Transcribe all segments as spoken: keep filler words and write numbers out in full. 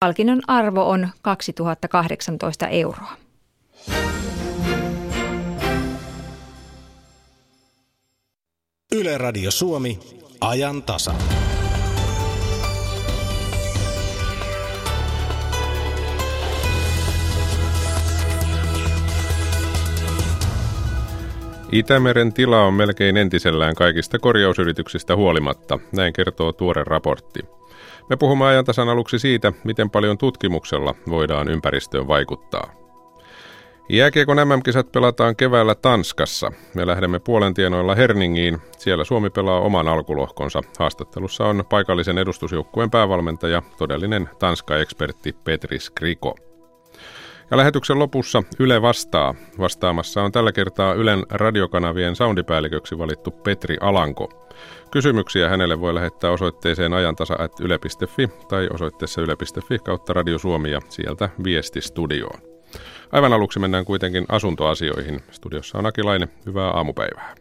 Palkinnon arvo on kaksituhattakahdeksantoista euroa. Yle Radio Suomi, ajan tasa. Itämeren tila on melkein entisellään kaikista korjausyrityksistä huolimatta, näin kertoo tuore raportti. Me puhumme ajantasan aluksi siitä, miten paljon tutkimuksella voidaan ympäristöön vaikuttaa. Jääkiekon äm äm-kisat pelataan keväällä Tanskassa. Me lähdemme puolen tienoilla Herningiin. Siellä Suomi pelaa oman alkulohkonsa. Haastattelussa on paikallisen edustusjoukkueen päävalmentaja, todellinen Tanska-ekspertti Petri Skriko. Ja lähetyksen lopussa Yle vastaa. Vastaamassa on tällä kertaa Ylen radiokanavien soundipäälliköksi valittu Petri Alanko. Kysymyksiä hänelle voi lähettää osoitteeseen ajantasa ät yle piste fi tai osoitteessa yle piste fi kautta Radio Suomi ja sieltä viesti studioon. Aivan aluksi mennään kuitenkin asuntoasioihin. Studiossa on Aki Laine. Hyvää aamupäivää.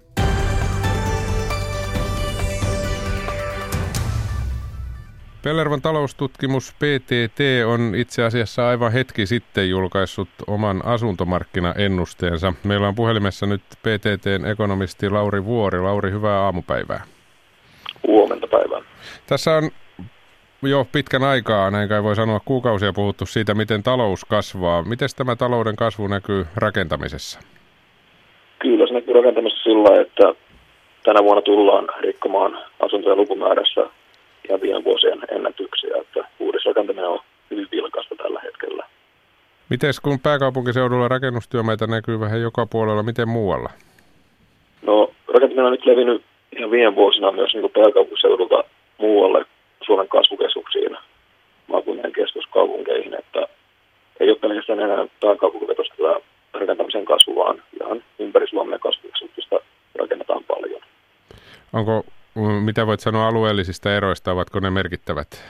Pellervon taloustutkimus P T T on itse asiassa aivan hetki sitten julkaissut oman asuntomarkkinaennusteensa. Meillä on puhelimessa nyt P T T:n ekonomisti Lauri Vuori. Lauri, hyvää aamupäivää. Huomenta päivää. Tässä on jo pitkän aikaa, näin kai voi sanoa, kuukausia puhuttu siitä, miten talous kasvaa. Miten tämä talouden kasvu näkyy rakentamisessa? Kyllä se näkyy rakentamisessa sillä, että tänä vuonna tullaan rikkomaan asuntojen lukumäärässä ja viime vuosien ennätyksiä, että uudisrakentaminen on hyvin vilkasta tällä hetkellä. Mites kun pääkaupunkiseudulla rakennustyömaita näkyy vähän joka puolella, miten muualla? No rakentaminen on nyt levinnyt ihan viime vuosina myös niin kuin pääkaupunkiseudulta muualle Suomen kasvukeskuksiin, maakuntien keskuskaupunkeihin, että ei ole pelkästään enää pääkaupunkivetosta rakentamisen kasvu, vaan ihan ympäri Suomea kasvukeskuksista rakennetaan paljon. Onko, mitä voit sanoa alueellisista eroista, ovatko ne merkittävät?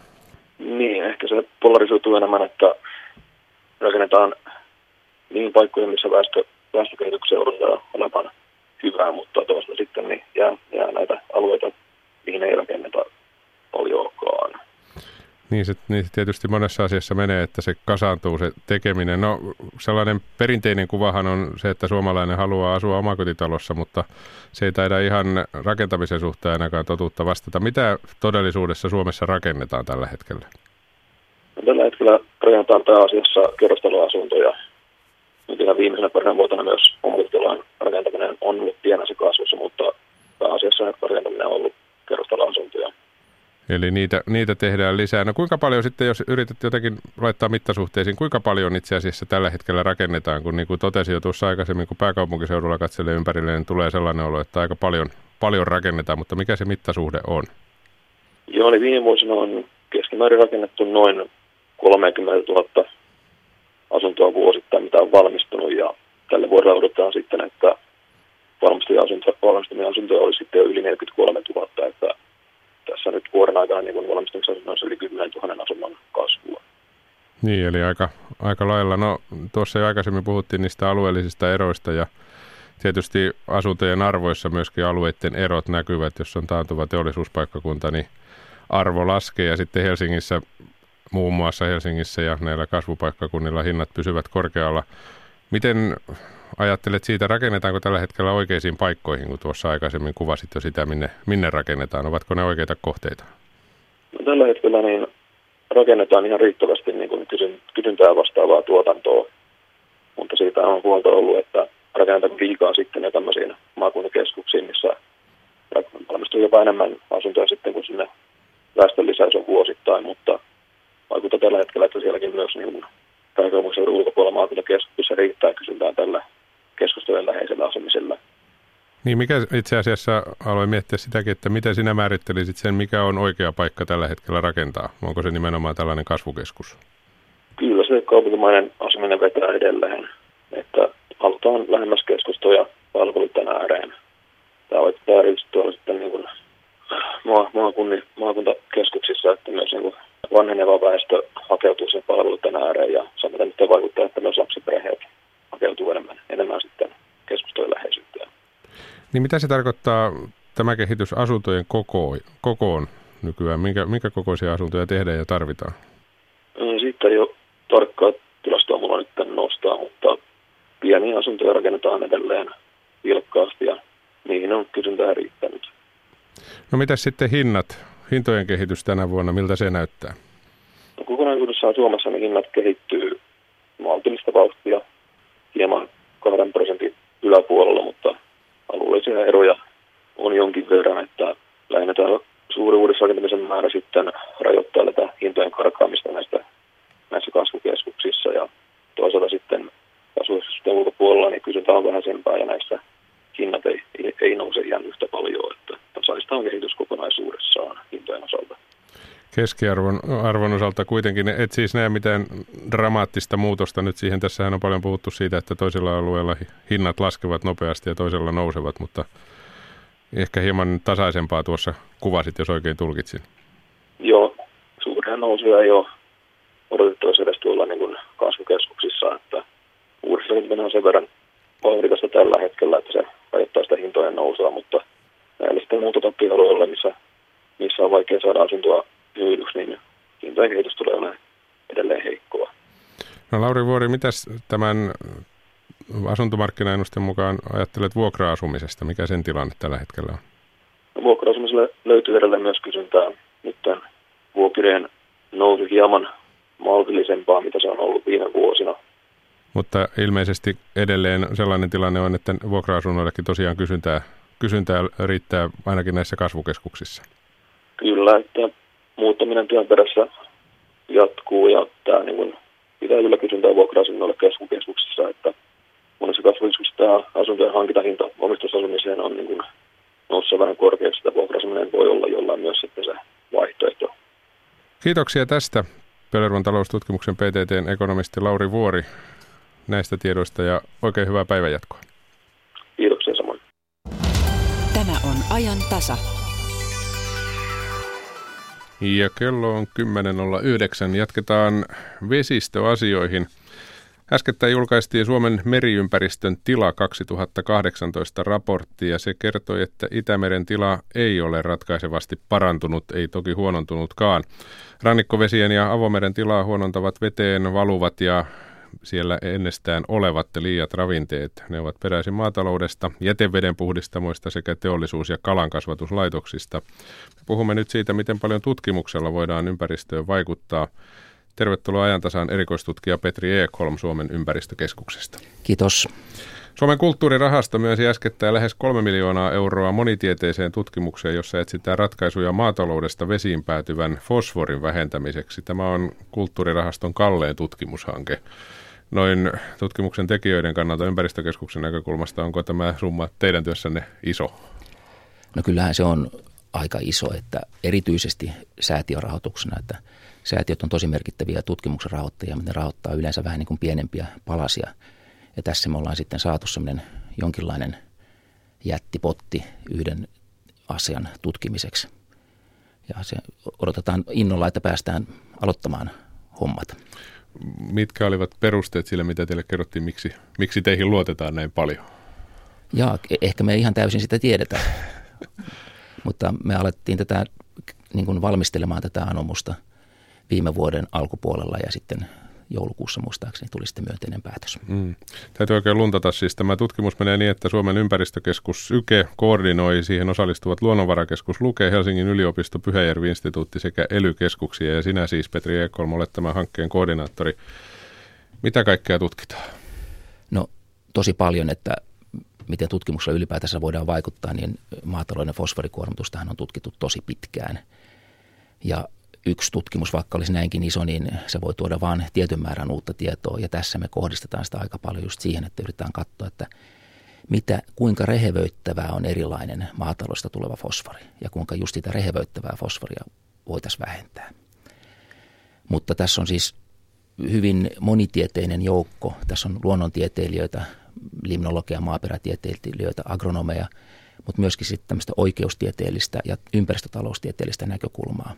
Niin, ehkä se polarisoituu enemmän, että rakennetaan niin paikkoja, missä väestö, väestökehitykseen odotetaan olevan hyvää, mutta toisaalta sitten niin jää, jää näitä alueita, mihin ei rakenneta paljonkaan. Niin se, niin se tietysti monessa asiassa menee, että se kasaantuu se tekeminen. No sellainen perinteinen kuvahan on se, että suomalainen haluaa asua omakotitalossa, mutta se ei taida ihan rakentamisen suhteen ainakaan totuutta vastata. Mitä todellisuudessa Suomessa rakennetaan tällä hetkellä? No, tällä hetkellä rakennetaan pääasiassa kerrostaloasuntoja. Nyt ihan viimeisenä parina vuotena myös omakotitalojen rakentaminen on ollut pienessä kasvussa, mutta pääasiassa rakentaminen on ollut kerrostaloasuntoja. Eli niitä, niitä tehdään lisää. No kuinka paljon sitten, jos yrität jotenkin laittaa mittasuhteisiin, kuinka paljon itse asiassa tällä hetkellä rakennetaan, kun niin kuin totesin jo tuossa aikaisemmin, kun pääkaupunkiseudulla katselee ympärille, niin tulee sellainen olo, että aika paljon, paljon rakennetaan, mutta mikä se mittasuhde on? Joo, eli viime vuosina on keskimäärin rakennettu noin kolmekymmentätuhatta asuntoa vuosittain, mitä on valmistunut, ja tälle vuodelle odotetaan sitten, että valmistumia asuntoja olisi sitten jo yli neljäkymmentäkolmetuhatta, että tässä nyt vuoden aikana niin valmistumissa asunnoissa yli kymmenentuhatta asunnon kasvua. Niin, eli aika, aika lailla. No tuossa jo aikaisemmin puhuttiin niistä alueellisista eroista ja tietysti asuntojen arvoissa myöskin alueiden erot näkyvät. Jos on taantuva teollisuuspaikkakunta, niin arvo laskee ja sitten Helsingissä, muun muassa Helsingissä ja näillä kasvupaikkakunnilla hinnat pysyvät korkealla. Miten ajattelet siitä, rakennetaanko tällä hetkellä oikeisiin paikkoihin, kun tuossa aikaisemmin kuvasit jo sitä, minne, minne rakennetaan? Ovatko ne oikeita kohteita? No, tällä hetkellä niin rakennetaan ihan riittävästi niin kuin kysyntää vastaavaa tuotantoa, mutta siitä on huolta ollut, että rakennetaan liikaa sitten ja tämmöisiin maakuntakeskuksiin, missä valmistuu jopa enemmän asuntoja sitten, kun sinne väestön lisäys on vuosittain, mutta vaikuttaa tällä hetkellä, että sielläkin myös niin pääkaupunkiseudun ulkopuolella maakuntakeskuksissa riittää kysyntää tällä keskustojen läheisellä asumisella. Niin, mikä itse asiassa aloin miettiä sitäkin, että miten sinä määrittelisit sen, mikä on oikea paikka tällä hetkellä rakentaa? Onko se nimenomaan tällainen kasvukeskus? Kyllä se kaupunkimainen asuminen vetää edelleen, että halutaan lähemmäs keskustoja palveluiden ääreen. Tämä vaikuttaa erityisesti tuolla sitten niin kuin maakunni, maakuntakeskuksissa, että myös niin kuin vanheneva väestö hakeutuu sen palveluiden ääreen ja samoin nyt vaikuttaa, että myös lapsiperheet hakeutuu enemmän, enemmän sitten keskustojen läheisyyteen. Niin mitä se tarkoittaa tämä kehitys asuntojen kokoon, kokoon nykyään? Minkä, minkä kokoisia asuntoja tehdään ja tarvitaan? No siitä ei ole tarkkaa tilastoa mulla nyt tänne nostaa, mutta pieniä asuntoja rakennetaan edelleen vilkkaasti ja niihin on kysyntää riittänyt. No mitäs sitten hinnat, hintojen kehitys tänä vuonna, miltä se näyttää? No, kokonaisuudessaan Suomessa ne hinnat kehittyy maltillista vauhtia hieman kahden prosentin yläpuolella, mutta alueellisia eroja on jonkin verran, että lähinnä tämä suuri uudisrakentamisen määrä sitten rajoittaa tätä hintojen karkaamista näistä, näissä kasvukeskuksissa ja toisaalta sitten kasvukeskusten ulkopuolella niin kysyntä on vähäisempää ja näissä hinnat ei, ei, ei nouse ihan yhtä paljon, että tasaista on kehitys kokonaisuudessaan hintojen osalta. Keskiarvon arvon osalta kuitenkin et siis näe mitään dramaattista muutosta nyt siihen. Tässähän on paljon puhuttu siitä, että toisilla alueilla hinnat laskevat nopeasti ja toisella nousevat, mutta ehkä hieman tasaisempaa tuossa kuvasit, jos oikein tulkitsin. Joo, suuria nousuja ei ole odotettavasti edes tuolla niin kuin kasvukeskuksissa, että uudisrakentaminen on sen verran vauhdikasta tällä hetkellä, että se rajoittaa sitä hintojen nousua, mutta näillä sitten muuttotappioalueilla, missä, missä on vaikea saada asuntoa myydyksi, niin hintojen kehitys tulee olemaan edelleen heikkoa. No Lauri Vuori, mitäs tämän asuntomarkkinaennusteen mukaan ajattelet vuokra-asumisesta? Mikä sen tilanne tällä hetkellä on? No, vuokra-asumiselle löytyy edelleen myös kysyntää. Nyt tämän vuokrien nousu hieman maltillisempaa, mitä se on ollut viime vuosina. Mutta ilmeisesti edelleen sellainen tilanne on, että vuokra-asunnoillekin tosiaan kysyntää, kysyntää riittää ainakin näissä kasvukeskuksissa. Kyllä, että muuttaminen työn perässä jatkuu ja tämä niin kuin pitää kyllä kysyntää vuokra-asunnoille kasvukeskuksissa, että monessa kasvukeskuksissa tämä asuntojen hankintahinta omistusasumiseen on niin kuin noussut vähän korkeaksi, että vuokra-asuminen voi olla jollain myös sitten se vaihtoehto. Kiitoksia tästä Pellervon taloustutkimuksen P T T:n ekonomisti Lauri Vuori näistä tiedoista ja oikein hyvää päivänjatkoa. Kiitoksia samoin. Tämä on ajan tasa. Ja kello on kymmenen nolla yhdeksän. Jatketaan vesistöasioihin. Äskettäin julkaistiin Suomen meriympäristön tila kaksituhattakahdeksantoista raportti ja se kertoi, että Itämeren tila ei ole ratkaisevasti parantunut, ei toki huonontunutkaan. Rannikkovesien ja avomeren tilaa huonontavat veteen valuvat ja siellä ennestään olevat liiat ravinteet. Ne ovat peräisin maataloudesta, jäteveden puhdistamoista sekä teollisuus- ja kalankasvatuslaitoksista. Puhumme nyt siitä, miten paljon tutkimuksella voidaan ympäristöön vaikuttaa. Tervetuloa ajantasaan erikoistutkija Petri Ekholm Suomen ympäristökeskuksesta. Kiitos. Suomen kulttuurirahasto myönsi äskettäin lähes kolme miljoonaa euroa monitieteiseen tutkimukseen, jossa etsitään ratkaisuja maataloudesta vesiin päätyvän fosforin vähentämiseksi. Tämä on kulttuurirahaston kallein tutkimushanke. Noin tutkimuksen tekijöiden kannalta ympäristökeskuksen näkökulmasta, onko tämä summa teidän työssänne iso? No kyllähän se on aika iso, että erityisesti säätiörahoituksena, että säätiöt on tosi merkittäviä tutkimuksen rahoittajia, mutta ne rahoittaa yleensä vähän niin kuin pienempiä palasia. Ja tässä me ollaan sitten saatu sellainen jonkinlainen jättipotti yhden asian tutkimiseksi. Ja se odotetaan innolla, että päästään aloittamaan hommat. Mitkä olivat perusteet sille, mitä teille kerrottiin, miksi, miksi teihin luotetaan näin paljon? Jaa, ehkä me ei ihan täysin sitä tiedetä, mutta me alettiin tätä niin kuin valmistelemaan tätä anomusta viime vuoden alkupuolella ja sitten joulukuussa muistaakseni tuli sitten myönteinen päätös. Mm. Täytyy oikein luntata siis. Tämä tutkimus menee niin, että Suomen ympäristökeskus YKE koordinoi, siihen osallistuvat Luonnonvarakeskus Luke, Helsingin yliopisto, Pyhäjärvi-instituutti sekä E L Y-keskuksia. Ja sinä siis, Petri Ekholm, olet tämän hankkeen koordinaattori. Mitä kaikkea tutkitaan? No tosi paljon, että miten tutkimuksella ylipäätänsä voidaan vaikuttaa, niin maatalouden fosforikuormitustahan on tutkittu tosi pitkään. Ja yksi tutkimus, vaikka olisi näinkin iso, niin se voi tuoda vain tietyn määrän uutta tietoa. Ja tässä me kohdistetaan sitä aika paljon just siihen, että yritetään katsoa, että mitä, kuinka rehevöittävää on erilainen maataloudesta tuleva fosfori. Ja kuinka just sitä rehevöittävää fosforia voitaisiin vähentää. Mutta tässä on siis hyvin monitieteinen joukko. Tässä on luonnontieteilijöitä, limnologeja, maaperätieteilijöitä, agronomeja, mutta myöskin sitten tämmöistä oikeustieteellistä ja ympäristötaloustieteellistä näkökulmaa.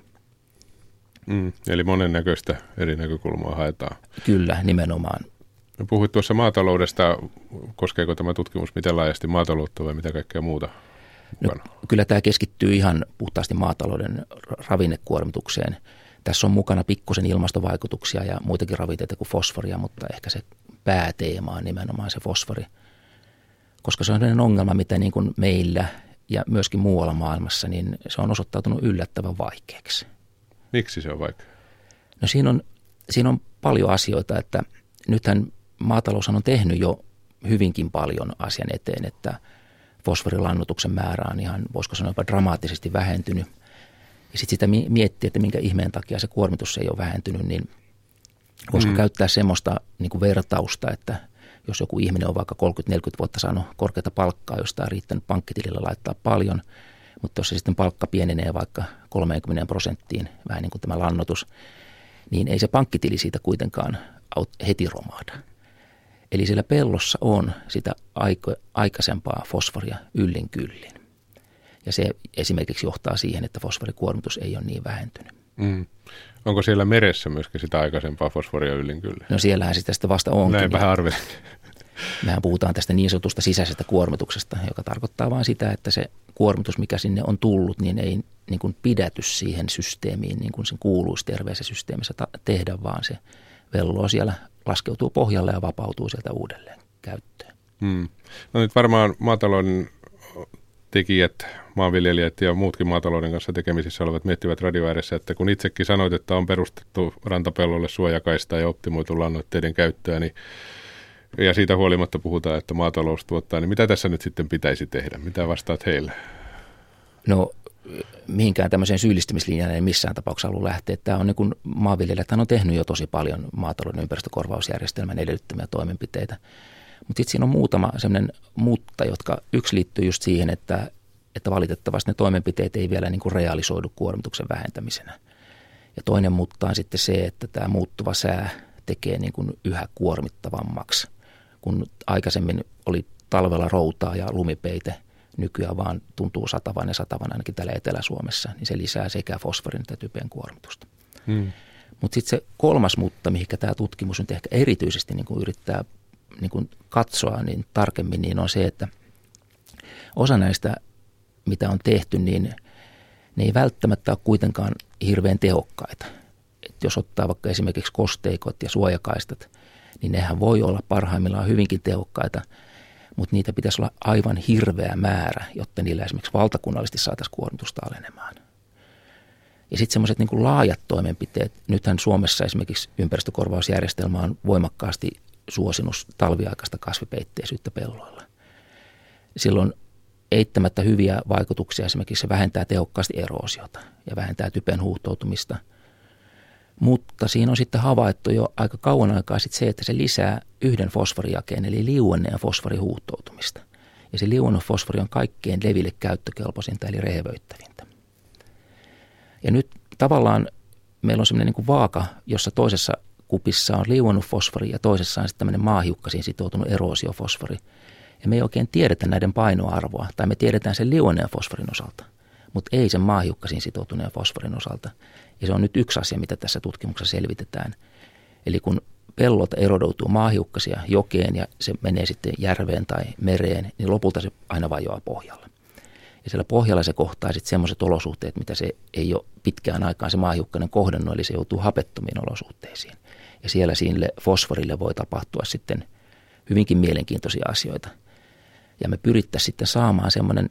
Mm, eli monennäköistä eri näkökulmaa haetaan. Kyllä, nimenomaan. Puhuit tuossa maataloudesta. Koskeeko tämä tutkimus miten laajasti maataloutta vai mitä kaikkea muuta? No, kyllä tämä keskittyy ihan puhtaasti maatalouden ravinnekuormitukseen. Tässä on mukana pikkusen ilmastovaikutuksia ja muitakin ravinteita kuin fosforia, mutta ehkä se pääteema on nimenomaan se fosfori. Koska se on sellainen ongelma, mitä niin kuin meillä ja myöskin muualla maailmassa, niin se on osoittautunut yllättävän vaikeaksi. Miksi se on vaikea? No siinä on, siinä on paljon asioita, että nythän maataloushan on tehnyt jo hyvinkin paljon asian eteen, että fosforilannoituksen määrä on ihan, voisiko sanoa, jopa dramaattisesti vähentynyt. Ja sitten sitä miettii, että minkä ihmeen takia se kuormitus ei ole vähentynyt, niin voisiko mm. käyttää semmoista niin kuin vertausta, että jos joku ihminen on vaikka kolmekymmentä neljäkymmentä vuotta saanut korkeata palkkaa, josta on riittänyt pankkitilillä laittaa paljon, mutta jos se sitten palkka pienenee vaikka kolmekymmentä prosenttiin, vähän niin kuin tämä lannoitus, niin ei se pankkitili siitä kuitenkaan heti romahda. Eli siellä pellossa on sitä aiko, aikaisempaa fosforia yllin kyllin. Ja se esimerkiksi johtaa siihen, että fosforikuormitus ei ole niin vähentynyt. Mm. Onko siellä meressä myöskin sitä aikaisempaa fosforia yllin kyllin? No siellähän sitä sitten vasta onkin. Näin vähän arvelin. Mehän puhutaan tästä niin sanotusta sisäisestä kuormituksesta, joka tarkoittaa vain sitä, että se kuormitus, mikä sinne on tullut, niin ei niin kuin pidäty siihen systeemiin, niin kuin sen kuuluisi terveessä systeemissä ta- tehdä, vaan se velloo siellä, laskeutuu pohjalle ja vapautuu sieltä uudelleen käyttöön. Hmm. No nyt varmaan maatalouden tekijät, maanviljelijät ja muutkin maatalouden kanssa tekemisissä olevat miettivät radio ääressä, että kun itsekin sanoit, että on perustettu rantapellolle suojakaista ja optimoitu lannoitteiden käyttöä, niin ja siitä huolimatta puhutaan, että maatalous tuottaa, niin mitä tässä nyt sitten pitäisi tehdä? Mitä vastaat heille? No mihinkään tämmöiseen syyllistymislinjaan ei missään tapauksessa halua lähteä. Tämä on niin kuin maanviljelijät on tehnyt jo tosi paljon maatalouden ympäristökorvausjärjestelmän edellyttämiä toimenpiteitä. Mutta sitten siinä on muutama semmoinen mutta, jotka yksi liittyy just siihen, että, että valitettavasti ne toimenpiteet ei vielä niin kuin realisoidu kuormituksen vähentämisenä. Ja toinen mutta on sitten se, että tämä muuttuva sää tekee niin kuin yhä kuormittavammaksi. Kun aikaisemmin oli talvella routaa ja lumipeite, nykyään vaan tuntuu satavan ja satavan ainakin täällä Etelä-Suomessa, niin se lisää sekä fosforin että typen kuormitusta. Hmm. Mutta sitten se kolmas mutta, mihinkä tämä tutkimus nyt ehkä erityisesti niin kuin yrittää niin kuin katsoa niin tarkemmin, niin on se, että osa näistä, mitä on tehty, niin ne ei välttämättä ole kuitenkaan hirveän tehokkaita. Et jos ottaa vaikka esimerkiksi kosteikot ja suojakaistat, niin nehän voi olla parhaimmillaan hyvinkin tehokkaita, mutta niitä pitäisi olla aivan hirveä määrä, jotta niillä esimerkiksi valtakunnallisesti saataisiin kuormitusta alenemaan. Ja sitten semmoiset niin kuin laajat toimenpiteet, nythän Suomessa esimerkiksi ympäristökorvausjärjestelmä on voimakkaasti suosinut talviaikaista kasvipeitteisyyttä pelloilla. Silloin eittämättä hyviä vaikutuksia, esimerkiksi se vähentää tehokkaasti eroosiota ja vähentää typen huuhtoutumista. Mutta siinä on sitten havaittu jo aika kauan aikaa sitten se, että se lisää yhden fosforijakeen, eli liuenneen fosforihuuhtoutumista. Ja se liuennut fosfori on kaikkein leville käyttökelpoisinta, eli rehevöittävintä. Ja nyt tavallaan meillä on semmoinen niin kuin vaaka, jossa toisessa kupissa on liuennut fosfori ja toisessa on sitten tämmöinen maahiukkasiin sitoutunut eroosiofosfori. Ja me ei oikein tiedetä näiden painoarvoa, tai me tiedetään sen liuenneen fosforin osalta, mutta ei sen maahiukkasiin sitoutuneen fosforin osalta. Ja se on nyt yksi asia, mitä tässä tutkimuksessa selvitetään. Eli kun pellolta erodoutuu maahiukkasia jokeen ja se menee sitten järveen tai mereen, niin lopulta se aina vajoaa pohjalla. Ja siellä pohjalla se kohtaa sitten semmoiset olosuhteet, mitä se ei ole pitkään aikaan se maahiukkainen kohdannut, eli se joutuu hapettomiin olosuhteisiin. Ja siellä sille fosforille voi tapahtua sitten hyvinkin mielenkiintoisia asioita. Ja me pyrittäisiin sitten saamaan semmoinen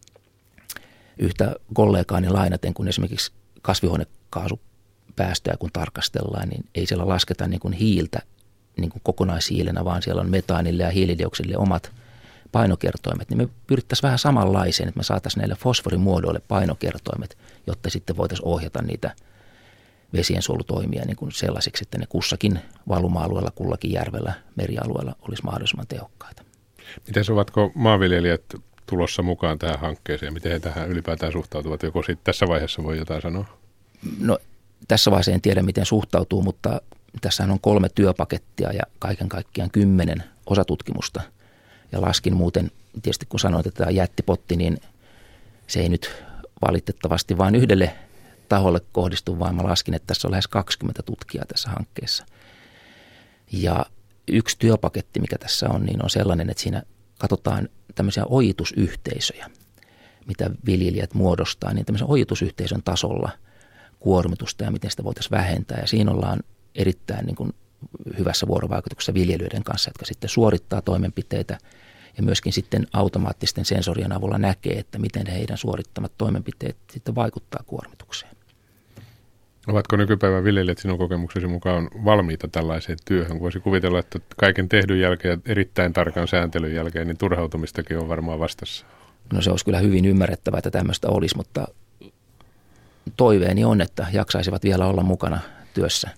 yhtä kollegaani lainaten, kun esimerkiksi kasvihuonekaasupäästöjä kun tarkastellaan, niin ei siellä lasketa niin kuin hiiltä niin kuin kokonaishiilenä, vaan siellä on metaanille ja hiilidioksidille omat painokertoimet. Niin me pyrittäisiin vähän samanlaiseen, että me saataisiin näille fosforimuodoille painokertoimet, jotta sitten voitaisiin ohjata niitä vesiensuojelutoimia niin kuin sellaisiksi, että ne kussakin valuma-alueella, kullakin järvellä, merialueella olisi mahdollisimman tehokkaita. Miten ovatko maanviljelijät tulossa mukaan tähän hankkeeseen? Miten he tähän ylipäätään suhtautuvat? Joko sitten tässä vaiheessa voi jotain sanoa? No tässä vaiheessa en tiedä, miten suhtautuu, mutta tässähän on kolme työpakettia ja kaiken kaikkiaan kymmenen osatutkimusta. Ja laskin muuten, tietysti kun sanoit, että tämä jättipotti, niin se ei nyt valitettavasti vain yhdelle taholle kohdistu, vaan mä laskin, että tässä on lähes kaksikymmentä tutkijaa tässä hankkeessa. Ja yksi työpaketti, mikä tässä on, niin on sellainen, että siinä katsotaan tämmöisiä ojitusyhteisöjä, mitä viljelijät muodostaa, niin tämmöisen ojitusyhteisön tasolla kuormitusta ja miten sitä voitaisiin vähentää. Ja siinä ollaan erittäin niin kuin hyvässä vuorovaikutuksessa viljelijöiden kanssa, jotka sitten suorittaa toimenpiteitä ja myöskin sitten automaattisten sensorien avulla näkee, että miten heidän suorittamat toimenpiteet sitten vaikuttaa kuormitukseen. Ovatko nykypäivän viljelijät sinun kokemuksesi mukaan valmiita tällaiseen työhön? Voisi kuvitella, että kaiken tehdyn jälkeen ja erittäin tarkan sääntelyn jälkeen, niin turhautumistakin on varmaan vastassa. No se olisi kyllä hyvin ymmärrettävää, että tämmöistä olisi, mutta toiveeni on, että jaksaisivat vielä olla mukana työssä.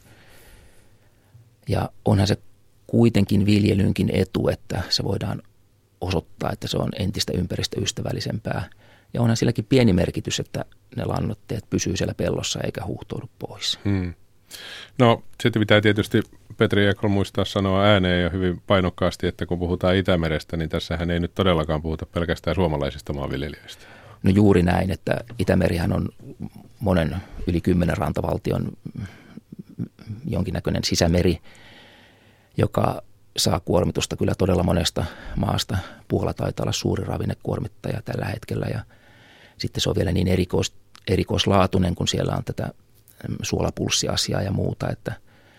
Ja onhan se kuitenkin viljelynkin etu, että se voidaan osoittaa, että se on entistä ympäristöystävällisempää. Ja onhan silläkin pieni merkitys, että ne lannoitteet pysyy siellä pellossa eikä huuhtoudu pois. Hmm. No sitten pitää tietysti Petri Ekholm muistaa sanoa ääneen ja hyvin painokkaasti, että kun puhutaan Itämerestä, niin tässähän ei nyt todellakaan puhuta pelkästään suomalaisista maanviljelijöistä. No juuri näin, että Itämerihän on monen yli kymmenen rantavaltion jonkinnäköinen sisämeri, joka saa kuormitusta kyllä todella monesta maasta. Puola taitaa olla suuri ravinnekuormittaja tällä hetkellä ja sitten se on vielä niin erikois, erikoislaatuinen, kun siellä on tätä suolapulssiasiaa ja muuta, että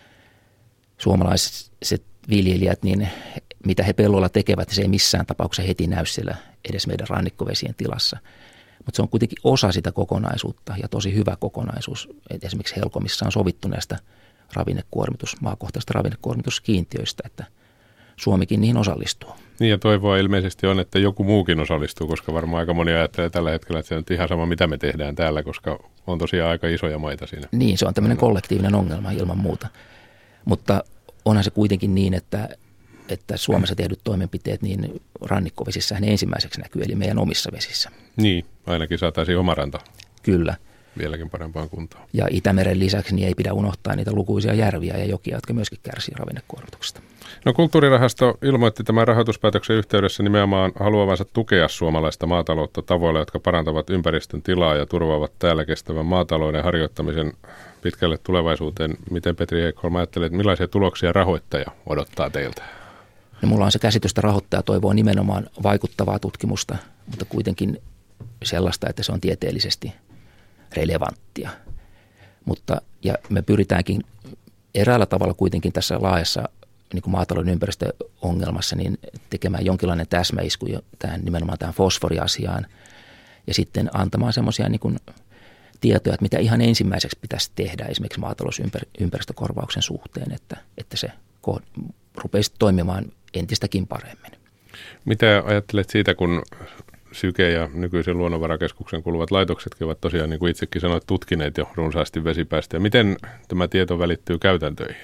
suomalaiset viljelijät, niin mitä he pelloilla tekevät, se ei missään tapauksessa heti näy siellä edes meidän rannikkovesien tilassa. Mutta se on kuitenkin osa sitä kokonaisuutta ja tosi hyvä kokonaisuus. Et esimerkiksi Helcomissa on sovittu näistä ravinnekuormitus, maakohtaisista ravinnekuormituskiintiöistä, että Suomikin niihin osallistuu. Niin ja toivoa ilmeisesti on, että joku muukin osallistuu, koska varmaan aika moni ajattelee tällä hetkellä, että se on ihan sama, mitä me tehdään täällä, koska on tosiaan aika isoja maita siinä. Niin, se on tämmöinen kollektiivinen ongelma ilman muuta. Mutta onhan se kuitenkin niin, että, että Suomessa tehdyt toimenpiteet, niin rannikkovesissähän ne ensimmäiseksi näkyy, eli meidän omissa vesissä. Niin, ainakin saataisiin oma ranta. Kyllä. Vieläkin parempaan kuntoon. Ja Itämeren lisäksi niin ei pidä unohtaa niitä lukuisia järviä ja jokia, jotka myöskin kärsii ravinnekuormituksesta. No Kulttuurirahasto ilmoitti tämän rahoituspäätöksen yhteydessä nimenomaan haluavansa tukea suomalaista maataloutta tavoilla, jotka parantavat ympäristön tilaa ja turvaavat täällä kestävän maatalouden harjoittamisen pitkälle tulevaisuuteen. Miten Petri Ekholm ajattelee, että millaisia tuloksia rahoittaja odottaa teiltä? No, mulla on se käsitys, että rahoittaja toivoo nimenomaan vaikuttavaa tutkimusta, mutta kuitenkin sellaista, että se on tieteellisesti relevanttia. Mutta, ja me pyritäänkin eräällä tavalla kuitenkin tässä laajassa niin kuin maatalouden ympäristöongelmassa niin tekemään jonkinlainen täsmäisku tähän, nimenomaan tähän fosforiasiaan ja sitten antamaan semmoisia niin kuin tietoja, että mitä ihan ensimmäiseksi pitäisi tehdä esimerkiksi maatalousympäristökorvauksen suhteen, että, että se rupeisi toimimaan entistäkin paremmin. Mitä ajattelet siitä, kun Syke ja nykyisen luonnonvarakeskuksen kuuluvat laitoksetkin ovat tosiaan, niin kuin itsekin sanoit, tutkineet jo runsaasti vesipäästöjä. Miten tämä tieto välittyy käytäntöihin?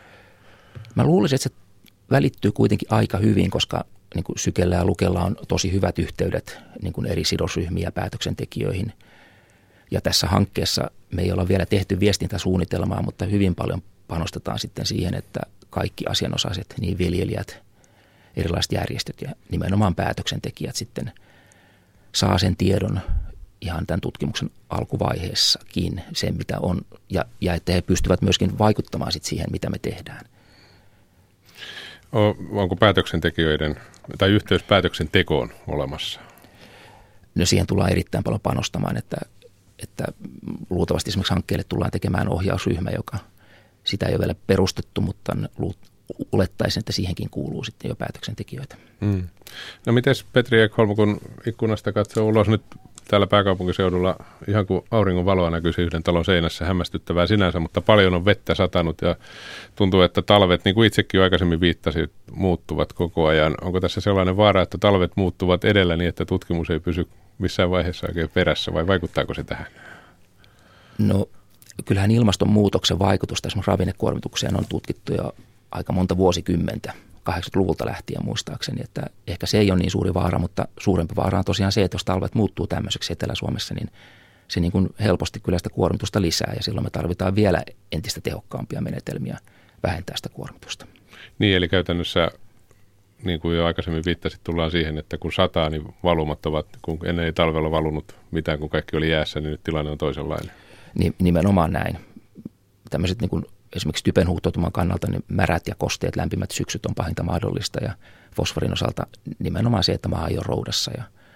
Mä luulisin, että se välittyy kuitenkin aika hyvin, koska niin kuin Sykellä ja Lukella on tosi hyvät yhteydet niin kuin eri sidosryhmiin ja päätöksentekijöihin. Ja tässä hankkeessa me ei olla vielä tehty viestintäsuunnitelmaa, mutta hyvin paljon panostetaan sitten siihen, että kaikki asianosaiset, niin viljelijät, erilaiset järjestöt ja nimenomaan päätöksentekijät sitten saa sen tiedon ihan tämän tutkimuksen alkuvaiheessakin, sen mitä on, ja, ja että he pystyvät myöskin vaikuttamaan sit siihen, mitä me tehdään. Onko päätöksentekijöiden tai yhteys päätöksentekoon olemassa? No siihen tullaan erittäin paljon panostamaan, että, että luultavasti esimerkiksi hankkeelle tullaan tekemään ohjausryhmä, joka sitä ei ole vielä perustettu, mutta olettaisin, että siihenkin kuuluu sitten jo päätöksentekijöitä. Mm. No mites Petri Ekholm, kun ikkunasta katsoo ulos nyt täällä pääkaupunkiseudulla, ihan kuin auringon valoa näkyisi yhden talon seinässä, hämmästyttävää sinänsä, mutta paljon on vettä satanut ja tuntuu, että talvet, niin kuin itsekin jo aikaisemmin viittasit, muuttuvat koko ajan. Onko tässä sellainen vaara, että talvet muuttuvat edellä niin, että tutkimus ei pysy missään vaiheessa oikein perässä, vai vaikuttaako se tähän? No kyllähän ilmastonmuutoksen vaikutusta esimerkiksi ravinnekuormitukseen on tutkittu jo aika monta vuosikymmentä, kahdeksankymmentäluvulta lähtien muistaakseni, että ehkä se ei ole niin suuri vaara, mutta suurempi vaara on tosiaan se, että jos talvet muuttuu tämmöiseksi Etelä-Suomessa, niin se niin kuin helposti kyllä sitä kuormitusta lisää ja silloin me tarvitaan vielä entistä tehokkaampia menetelmiä vähentää sitä kuormitusta. Niin, eli käytännössä, niin kuin jo aikaisemmin viittasit, tullaan siihen, että kun sataa, niin valumat ovat, kun ennen ei talvella valunut mitään, kun kaikki oli jäässä, niin nyt tilanne on toisenlainen. Nimenomaan näin. Tämmöiset niin kuin esimerkiksi typen huuhtoutuman kannalta niin märät ja kosteet lämpimät syksyt on pahinta mahdollista ja fosforin osalta nimenomaan se, että maa ei ole roudassa ja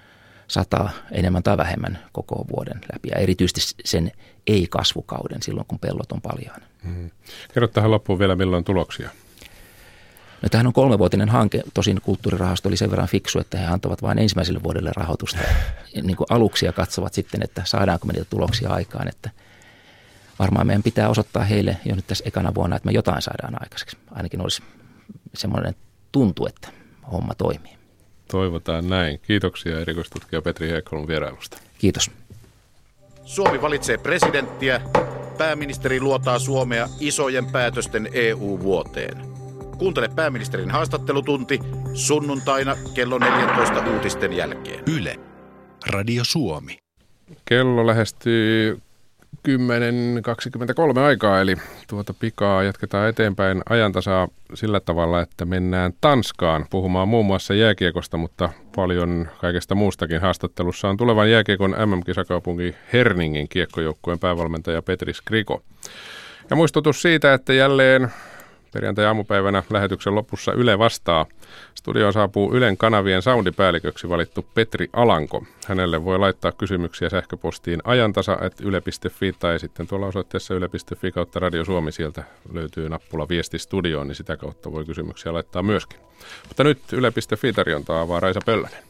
sataa enemmän tai vähemmän koko vuoden läpi. Ja erityisesti sen ei-kasvukauden silloin, kun pellot on paljaana. Mm. Kerro tähän loppuun vielä, milloin tuloksia? No, tämähän on kolmevuotinen hanke. Tosin kulttuurirahasto oli sen verran fiksu, että he antavat vain ensimmäiselle vuodelle rahoitusta niin kuin aluksi ja katsovat sitten, että saadaanko me niitä tuloksia aikaan. Että varmaan meidän pitää osoittaa heille jo nyt tässä ekana vuonna, että me jotain saadaan aikaiseksi. Ainakin olisi semmoinen tuntu, että homma toimii. Toivotaan näin. Kiitoksia erikoistutkija Petri Ekholm vierailusta. Kiitos. Suomi valitsee presidenttiä. Pääministeri luotaa Suomea isojen päätösten E U-vuoteen. Kuuntele pääministerin haastattelutunti sunnuntaina kello neljätoista uutisten jälkeen. Yle, Radio Suomi. Kello lähestyy kymmenen kaksikymmentäkolme aikaa, eli tuota pikaa jatketaan eteenpäin ajantasaa sillä tavalla, että mennään Tanskaan puhumaan muun muassa jääkiekosta, mutta paljon kaikesta muustakin. Haastattelussa on tulevan jääkiekon M M-kisakaupunki Herningin kiekkojoukkueen päävalmentaja Petri Skriko. Ja muistutus siitä, että jälleen perjantai-aamupäivänä lähetyksen lopussa Yle vastaa. Studioon saapuu Ylen kanavien soundipäälliköksi valittu Petri Alanko. Hänelle voi laittaa kysymyksiä sähköpostiin ajantasa at yle piste fi tai sitten tuolla osoitteessa yle piste fi kautta Radio Suomi. Sieltä löytyy nappula viesti studioon, niin sitä kautta voi kysymyksiä laittaa myöskin. Mutta nyt yle piste fi tarjontaa avaa Raisa Pöllänen.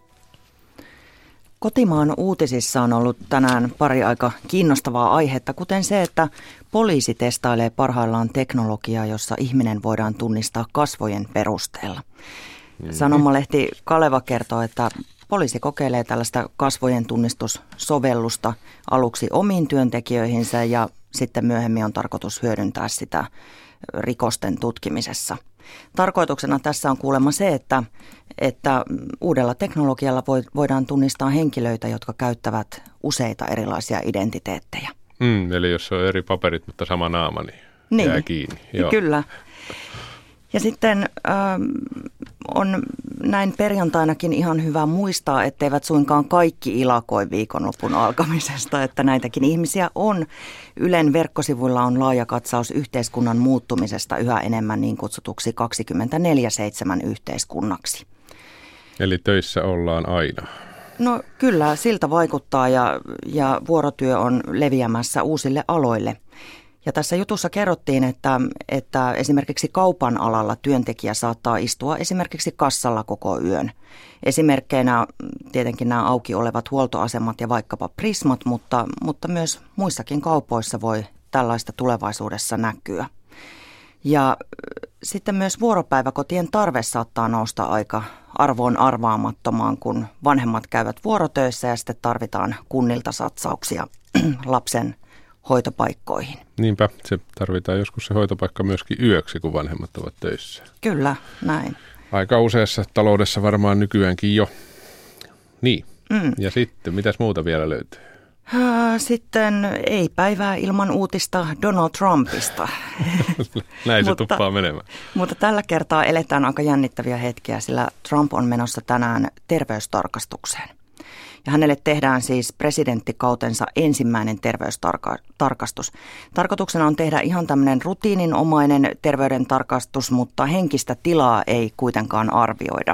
Kotimaan uutisissa on ollut tänään pari aika kiinnostavaa aihetta, kuten se, että poliisi testailee parhaillaan teknologiaa, jossa ihminen voidaan tunnistaa kasvojen perusteella. Mm-hmm. Sanomalehti Kaleva kertoo, että poliisi kokeilee tällaista kasvojen tunnistussovellusta aluksi omiin työntekijöihinsä ja sitten myöhemmin on tarkoitus hyödyntää sitä rikosten tutkimisessa. Tarkoituksena tässä on kuulemma se, että, että uudella teknologialla voidaan tunnistaa henkilöitä, jotka käyttävät useita erilaisia identiteettejä. Mm, eli jos on eri paperit, mutta sama naama, niin, niin jää kiinni. Joo. Kyllä. Ja sitten äh, on näin perjantainakin ihan hyvä muistaa, etteivät suinkaan kaikki ilakoi viikonlopun alkamisesta, että näitäkin ihmisiä on. Ylen verkkosivuilla on laaja katsaus yhteiskunnan muuttumisesta yhä enemmän niin kutsutuksi kaksikymmentäneljä seitsemän yhteiskunnaksi. Eli töissä ollaan aina. No kyllä, siltä vaikuttaa ja, ja vuorotyö on leviämässä uusille aloille. Ja tässä jutussa kerrottiin, että, että esimerkiksi kaupan alalla työntekijä saattaa istua esimerkiksi kassalla koko yön. Esimerkkeinä tietenkin nämä auki olevat huoltoasemat ja vaikkapa Prismat, mutta, mutta myös muissakin kaupoissa voi tällaista tulevaisuudessa näkyä. Ja sitten myös vuoropäiväkotien tarve saattaa nousta aika arvoon arvaamattomaan, kun vanhemmat käyvät vuorotöissä ja sitten tarvitaan kunnilta satsauksia lapsen hoitopaikkoihin. Niinpä, se tarvitaan joskus se hoitopaikka myöskin yöksi, kun vanhemmat ovat töissä. Kyllä, näin. Aika useassa taloudessa varmaan nykyäänkin jo. Niin, mm. ja sitten, mitäs muuta vielä löytyy? Sitten ei päivää ilman uutista Donald Trumpista. Näin se mutta, tuppaa menemään. Mutta tällä kertaa eletään aika jännittäviä hetkiä, sillä Trump on menossa tänään terveystarkastukseen. Ja hänelle tehdään siis presidenttikautensa ensimmäinen terveystarkastus. Tarkoituksena on tehdä ihan tämmöinen rutiininomainen terveydentarkastus, mutta henkistä tilaa ei kuitenkaan arvioida.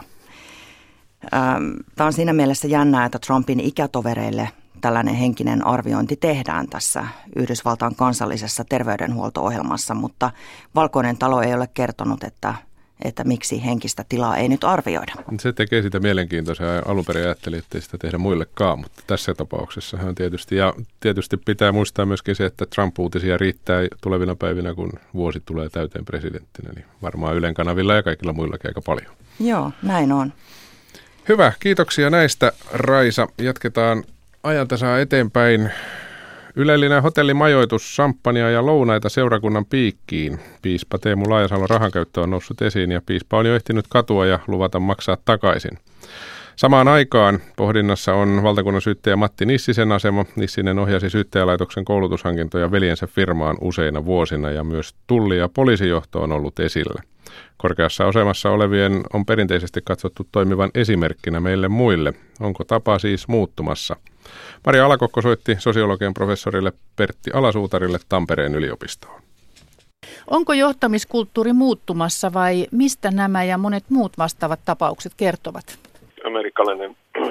Tämä on siinä mielessä jännää, että Trumpin ikätovereille tällainen henkinen arviointi tehdään tässä Yhdysvaltain kansallisessa terveydenhuolto-ohjelmassa, mutta Valkoinen talo ei ole kertonut, että että miksi henkistä tilaa ei nyt arvioida. Se tekee sitä mielenkiintoisia. Alun perin ajattelin, että ei sitä tehdä muillekaan, mutta tässä tapauksessa hän tietysti. Ja tietysti pitää muistaa myöskin se, että Trump-uutisia riittää tulevina päivinä, kun vuosi tulee täyteen presidenttinä. Niin varmaan Ylen kanavilla ja kaikilla muillakin aika paljon. Joo, näin on. Hyvä, kiitoksia näistä, Raisa. Jatketaan ajantasaa eteenpäin. Ylellinen hotellimajoitus, samppania ja lounaita seurakunnan piikkiin. Piispa Teemu Laajasalon rahankäyttö on noussut esiin ja piispa on jo ehtinyt katua ja luvata maksaa takaisin. Samaan aikaan pohdinnassa on valtakunnan syyttäjä Matti Nissisen asema. Nissinen ohjasi syyttäjälaitoksen koulutushankintoja veljensä firmaan useina vuosina ja myös tulli- ja poliisijohto on ollut esillä. Korkeassa asemassa olevien on perinteisesti katsottu toimivan esimerkkinä meille muille. Onko tapa siis muuttumassa? Maria Alakokko soitti sosiologian professorille Pertti Alasuutarille Tampereen yliopistoon. Onko johtamiskulttuuri muuttumassa vai mistä nämä ja monet muut vastaavat tapaukset kertovat? Amerikkalainen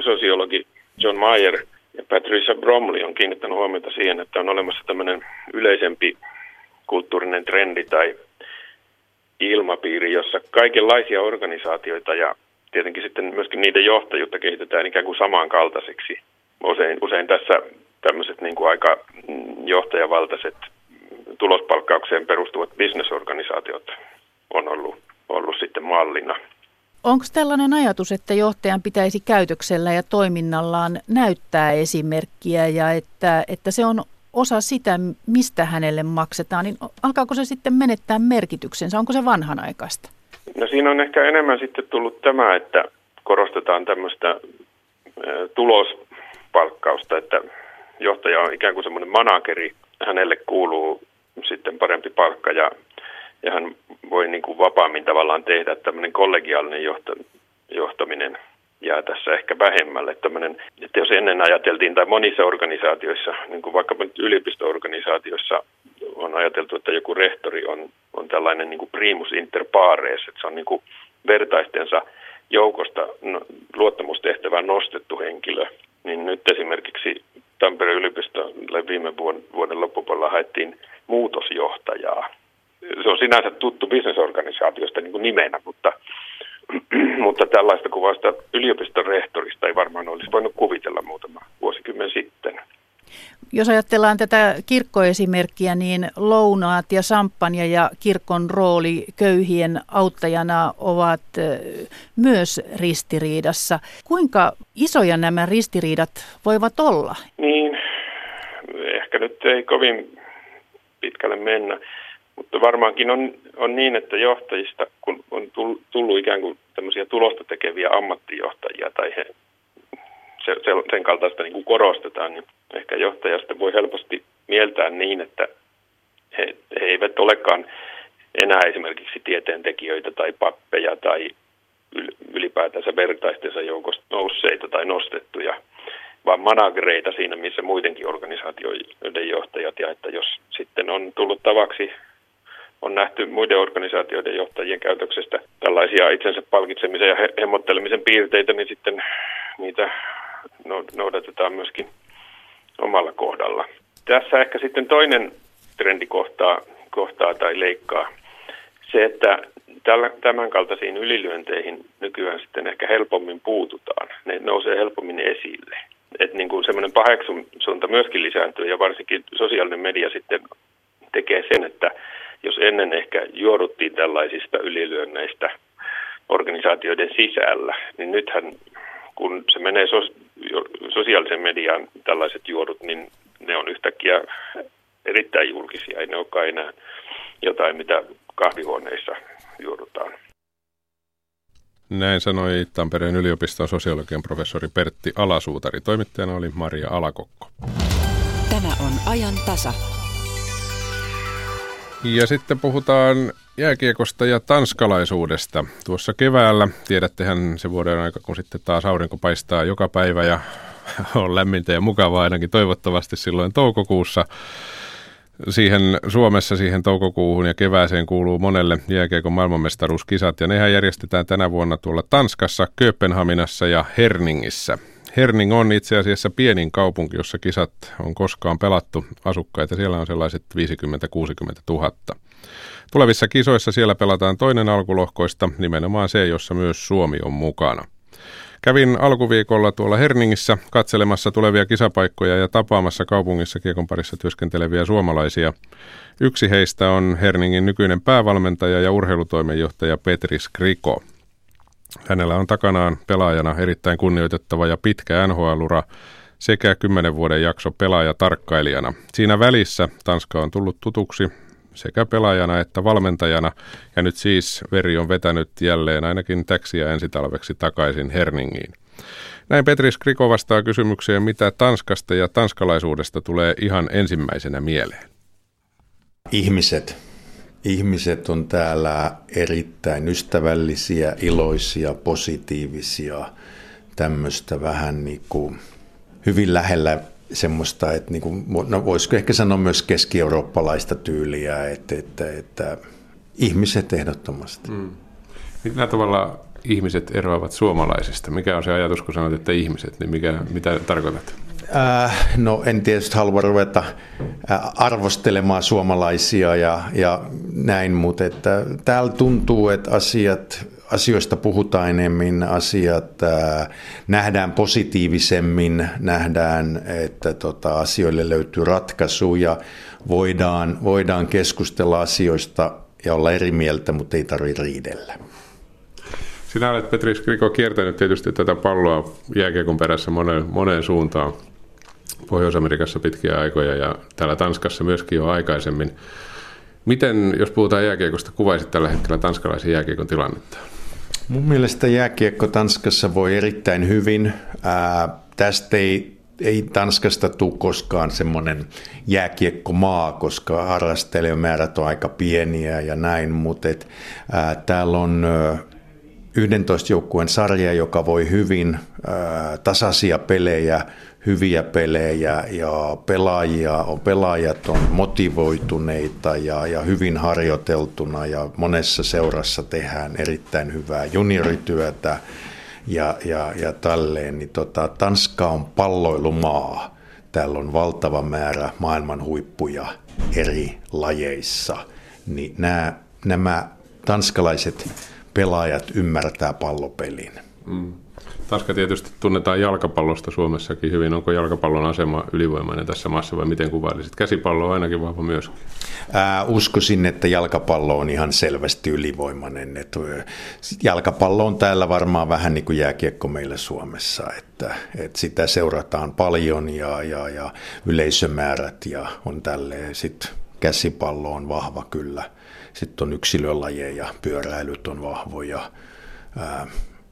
sosiologi John Mayer ja Patricia Bromley on kiinnittänyt huomiota siihen, että on olemassa tämmöinen yleisempi kulttuurinen trendi tai ilmapiiri, jossa kaikenlaisia organisaatioita ja tietenkin sitten myöskin niiden johtajuutta kehitetään ikään kuin samankaltaiseksi. Usein, usein tässä tämmöiset niin kuin aika johtajavaltaiset tulospalkkaukseen perustuvat bisnesorganisaatiot on ollut, ollut sitten mallina. Onko tällainen ajatus, että johtajan pitäisi käytöksellä ja toiminnallaan näyttää esimerkkiä ja että, että se on osa sitä, mistä hänelle maksetaan, niin alkaako se sitten menettää merkityksensä? Onko se vanhanaikaista? No siinä on ehkä enemmän sitten tullut tämä, että korostetaan tämmöistä tulospalkkausta, että johtaja on ikään kuin semmoinen manageri. Hänelle kuuluu sitten parempi palkka ja, ja hän voi niin kuin vapaammin tavallaan tehdä tämmöinen kollegiaalinen johto, johtaminen jää tässä ehkä vähemmälle. Tämmöinen, että jos ennen ajateltiin tai monissa organisaatioissa, niin kuin vaikka yliopisto-organisaatioissa on ajateltu, että joku rehtori on, on tällainen niin kuin primus inter pares, että se on niin kuin vertaistensa joukosta no, luottamustehtävään nostettu henkilö, niin nyt esimerkiksi Tampereen yliopistolle viime vuoden, vuoden loppupuolella haettiin muutosjohtajaa. Se on sinänsä tuttu bisnesorganisaatiosta niin kuin nimenä, mutta, mutta tällaista kuvausta yliopiston rehtorista ei varmaan olisi voinut kuvitella muutama vuosikymmen sitten. Jos ajatellaan tätä kirkkoesimerkkiä, niin lounaat ja samppania ja kirkon rooli köyhien auttajana ovat myös ristiriidassa. Kuinka isoja nämä ristiriidat voivat olla? Niin, ehkä nyt ei kovin pitkälle mennä, mutta varmaankin on, on niin, että johtajista, kun on tullut ikään kuin tämmöisiä tulosta tekeviä ammattijohtajia tai he Se, se, sen kaltaista niin kuin korostetaan, niin ehkä johtajasta voi helposti mieltää niin, että he, he eivät olekaan enää esimerkiksi tieteentekijöitä tai pappeja tai ylipäätänsä vertaistensa joukosta nousseita tai nostettuja, vaan managereita siinä, missä muidenkin organisaatioiden johtajat. Ja että jos sitten on tullut tavaksi, on nähty muiden organisaatioiden johtajien käytöksestä tällaisia itsensä palkitsemisen ja hemmottelemisen piirteitä, niin sitten niitä noudatetaan myöskin omalla kohdalla. Tässä ehkä sitten toinen trendi kohtaa, kohtaa tai leikkaa. Se, että tämän kaltaisiin ylilyönteihin nykyään sitten ehkä helpommin puututaan. Ne nousee helpommin esille. Että niin kuin semmoinen paheksunta myöskin lisääntyy ja varsinkin sosiaalinen media sitten tekee sen, että jos ennen ehkä juoruttiin tällaisista ylilyönneistä organisaatioiden sisällä, niin nythän kun se menee sos- sosiaalisen mediaan tällaiset juodut, niin ne on yhtäkkiä erittäin julkisia. Ei ne olekaan enää jotain, mitä kahvihuoneissa juodutaan. Näin sanoi Tampereen yliopiston sosiologian professori Pertti Alasuutari. Toimittajana oli Maria Alakokko. Tämä on ajan tasa. Ja sitten puhutaan jääkiekosta ja tanskalaisuudesta. Tuossa keväällä, tiedättehän se vuoden aika, kun sitten taas aurinko paistaa joka päivä ja on lämmintä ja mukavaa ainakin toivottavasti silloin toukokuussa. Siihen Suomessa siihen toukokuuhun ja kevääseen kuuluu monelle jääkiekon maailmanmestaruuskisat ja nehän järjestetään tänä vuonna tuolla Tanskassa, Kööpenhaminassa ja Herningissä. Herning on itse asiassa pienin kaupunki, jossa kisat on koskaan pelattu. Asukkaita siellä on sellaiset viisikymmentä kuusikymmentä tuhatta. Tulevissa kisoissa siellä pelataan toinen alkulohkoista, nimenomaan se, jossa myös Suomi on mukana. Kävin alkuviikolla tuolla Herningissä katselemassa tulevia kisapaikkoja ja tapaamassa kaupungissa kiekon parissa työskenteleviä suomalaisia. Yksi heistä on Herningin nykyinen päävalmentaja ja urheilutoimenjohtaja Petri Skriko. Hänellä on takanaan pelaajana erittäin kunnioitettava ja pitkä N H L-ura sekä kymmenen vuoden jakso pelaajatarkkailijana. Siinä välissä Tanska on tullut tutuksi sekä pelaajana että valmentajana, ja nyt siis veri on vetänyt jälleen ainakin täksiä ensitalveksi takaisin Herningiin. Näin Petri Skriko vastaa kysymykseen, mitä Tanskasta ja tanskalaisuudesta tulee ihan ensimmäisenä mieleen. Ihmiset. Ihmiset on täällä erittäin ystävällisiä, iloisia, positiivisia, tämmöistä vähän niin kuin hyvin lähellä semmoista, että niin kuin, no voisiko ehkä sanoa myös keski-eurooppalaista tyyliä, että, että, että ihmiset ehdottomasti. Mm. Millä tavalla ihmiset eroavat suomalaisista? Mikä on se ajatus, kun sanot, että ihmiset, niin mikä, mitä tarkoitat? Äh, no en tietysti halua ruveta äh, arvostelemaan suomalaisia ja, ja näin, mutta että täällä tuntuu, että asiat, asioista puhutaan enemmän, asiat äh, nähdään positiivisemmin, nähdään, että tota, asioille löytyy ratkaisu ja voidaan, voidaan keskustella asioista ja olla eri mieltä, mutta ei tarvitse riidellä. Sinä olet, Petri Skriko, kiertänyt tietysti tätä palloa jääkiekon perässä moneen, moneen suuntaan. Pohjois-Amerikassa pitkiä aikoja ja täällä Tanskassa myöskin jo aikaisemmin. Miten, jos puhutaan jääkiekosta, kuvaisit tällä hetkellä tanskalaisen jääkiekon tilannetta? Mun mielestä jääkiekko Tanskassa voi erittäin hyvin. Ää, tästä ei, ei Tanskasta tule koskaan semmoinen jääkiekkomaa, koska harrastelijamäärät on aika pieniä ja näin, mutta et, ää, täällä on yksitoista joukkueen sarja, joka voi hyvin, ää, tasaisia pelejä, hyviä pelejä ja pelaajia, on, pelaajat on motivoituneita ja, ja hyvin harjoiteltuna ja monessa seurassa tehdään erittäin hyvää juniorityötä ja, ja, ja tälleen. Niin tota, Tanska on palloilumaa. Täällä on valtava määrä maailman huippuja eri lajeissa. Niin nämä, nämä tanskalaiset pelaajat ymmärtää pallopelin. Mm. Tanska tietysti tunnetaan jalkapallosta Suomessakin hyvin. Onko jalkapallon asema ylivoimainen tässä maassa vai miten kuvailisit? Käsipallo on ainakin vahva myöskin. Ää, uskoisin, että jalkapallo on ihan selvästi ylivoimainen. Et jalkapallo on täällä varmaan vähän niin kuin jääkiekko meillä Suomessa. Että, et sitä seurataan paljon ja, ja, ja yleisömäärät ja on tälleen. Sitten käsipallo on vahva kyllä. Sitten on yksilölajeja, pyöräilyt on vahvoja. Ää,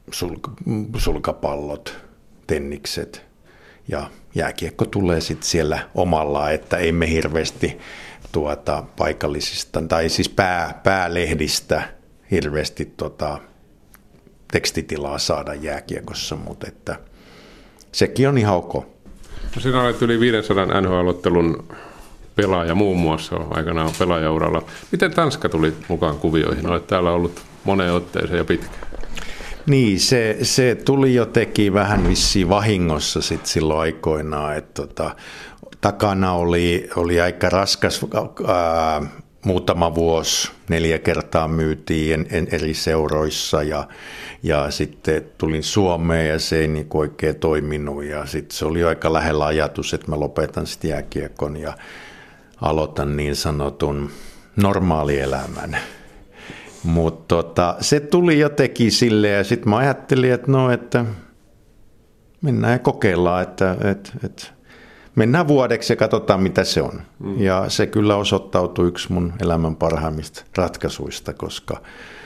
sulkapallot, tennikset ja jääkiekko tulee sitten siellä omalla, että emme hirveästi tuota paikallisista tai siis pää, päälehdistä hirveästi tota, tekstitilaa saada jääkiekossa, mutta että sekin on ihan ok. No sinä olet yli viisisataa N H L-ottelun pelaaja muun muassa aikanaan pelaajauralla. Miten Tanska tuli mukaan kuvioihin? Olet täällä ollut moneen otteeseen ja pitkään. Niin, se, se tuli jo teki vähän vissiin vahingossa sit silloin aikoinaan, että tota, takana oli, oli aika raskas ää, muutama vuosi, neljä kertaa myytiin en, en eri seuroissa ja, ja sitten tulin Suomeen ja se ei niin oikein toiminut ja sitten se oli aika lähellä ajatus, että mä lopetan sitten jääkiekon ja aloitan niin sanotun normaalielämän. Mutta tota, se tuli jotenkin silleen ja sitten mä ajattelin, että no, että mennään ja kokeillaan, että, että, että mennään vuodeksi ja katsotaan mitä se on. Mm. Ja se kyllä osoittautui yksi mun elämän parhaimmista ratkaisuista, koska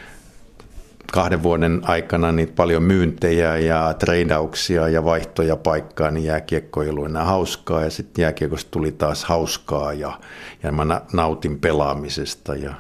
kahden vuoden aikana niitä paljon myyntejä ja treidauksia ja vaihtoja paikkaa, niin jääkiekko ei ollut enää hauskaa ja sitten jääkiekosta tuli taas hauskaa ja, ja mä nautin pelaamisesta ja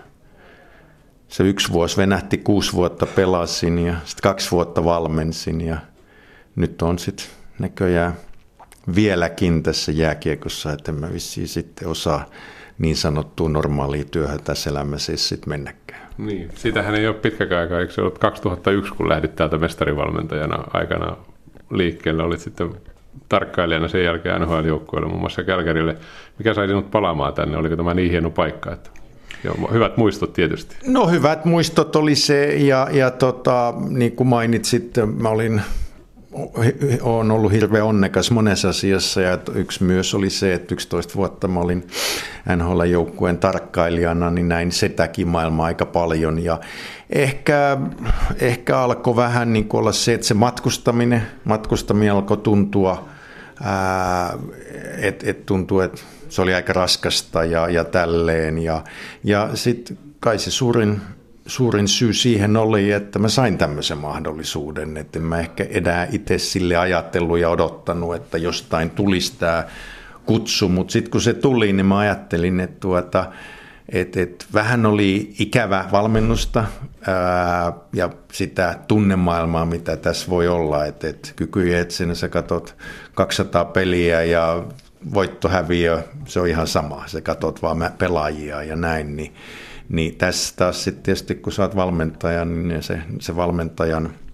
se yksi vuosi venähti, kuusi vuotta pelasin ja sitten kaksi vuotta valmensin ja nyt on sitten näköjään vieläkin tässä jääkiekossa, että mä vissiin sitten osaa niin sanottua normaalia työhön tässä elämässä sitten mennäkään. Niin, sitähän ei ole pitkäkään aikaa. Eikö se ollut kaksituhattayksi, kun lähdit täältä mestarivalmentajana aikana liikkeelle, olit sitten tarkkailijana sen jälkeen N H L-joukkueelle, muun muassa Kälkärille. Mikä sai sinut palaamaan tänne? Oliko tämä niin hieno paikka, että joo, hyvät muistot tietysti. No hyvät muistot oli se ja, ja tota, niin kuin mainitsit, mä olin, olen ollut hirveän onnekas monessa asiassa ja yksi myös oli se, että yksitoista vuotta mä olin N H L-joukkueen tarkkailijana, niin näin sitäkin maailmaa aika paljon ja ehkä, ehkä alkoi vähän niin kuin olla se, että se matkustaminen, matkustaminen alkoi tuntua, että et tuntuu, että se oli aika raskasta ja, ja tälleen. Ja, ja sitten kai se suurin, suurin syy siihen oli, että mä sain tämmöisen mahdollisuuden. Että en mä ehkä enää itse sille ajatellut ja odottanut, että jostain tulisi tämä kutsu. Mutta sitten kun se tuli, niin mä ajattelin, että, tuota, että, että vähän oli ikävä valmennusta ää, ja sitä tunnemaailmaa, mitä tässä voi olla. Että, että kykyjä etsinä sä katot kaksisataa peliä ja voittohäviö, se on ihan sama. Sä katot vaan pelaajia ja näin. Niin, niin tässä taas sitten tietysti, kun sä oot valmentaja, niin se, se valmentajan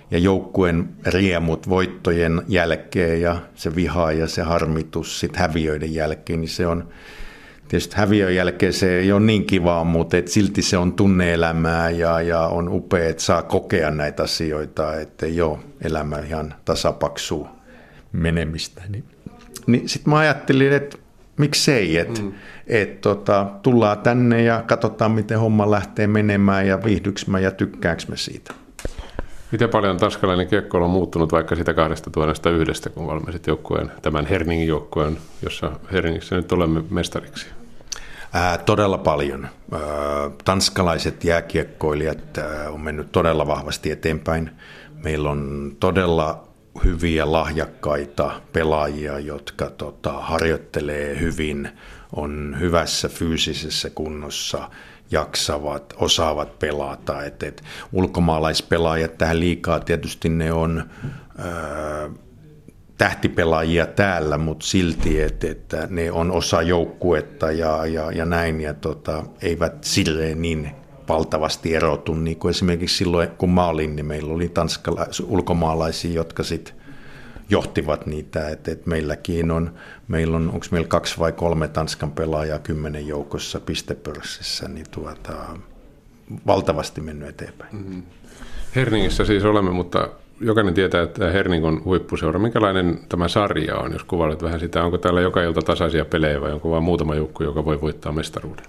ja joukkueen riemut voittojen jälkeen ja se viha ja se harmitus sit häviöiden jälkeen, niin se on tietysti häviön jälkeen se ei ole niin kivaa, mutta et silti se on tunne-elämää ja, ja on upea, että saa kokea näitä asioita, että ei ole elämä ihan tasapaksua menemistä. Niin, niin sitten mä ajattelin, että miksei, että mm. et, tota, tullaan tänne ja katsotaan, miten homma lähtee menemään ja viihdyks mä ja tykkääks mä siitä. Miten paljon tanskalainen kiekkoilu on muuttunut vaikka sitä kaksituhattayksi, kun valmisit joukkueen, tämän Herningin joukkueen, jossa Herningissä nyt olemme mestariksi? Ää, todella paljon. Ää, tanskalaiset jääkiekkoilijat ää, on mennyt todella vahvasti eteenpäin. Meillä on todella hyviä lahjakkaita pelaajia, jotka tota, harjoittelee hyvin, on hyvässä fyysisessä kunnossa, jaksavat, osaavat pelata. Et, et, ulkomaalaispelaajat tähän liikaa tietysti ne on ää, tähtipelaajia täällä, mutta silti, että, että ne on osa joukkuetta ja, ja, ja näin, ja tota, eivät silleen niin valtavasti erotu, niin kuin esimerkiksi silloin, kun mä olin, niin meillä oli tanskala- ulkomaalaisia, jotka sitten johtivat niitä, että, että meilläkin on, meillä on, onko meillä kaksi vai kolme Tanskan pelaajaa kymmenen joukossa pistepörssissä, niin tuota, valtavasti mennyt eteenpäin. Mm-hmm. Herningissä siis olemme, mutta jokainen tietää, että Herning on huippuseura. Minkälainen tämä sarja on, jos kuvailet vähän sitä? Onko täällä joka ilta tasaisia pelejä vai onko vain muutama joukku, joka voi voittaa mestaruuden?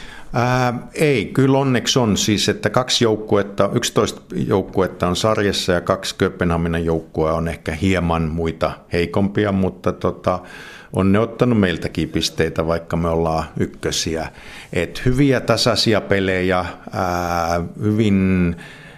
Ää, ei, kyllä onneksi on siis, että kaksi joukkuetta, yksitoista joukkuetta on sarjassa ja kaksi Kööpenhaminan joukkuea on ehkä hieman muita heikompia, mutta tota, on ne ottanut meiltäkin pisteitä, vaikka me ollaan ykkösiä. Et hyviä tasaisia pelejä, ää, hyvin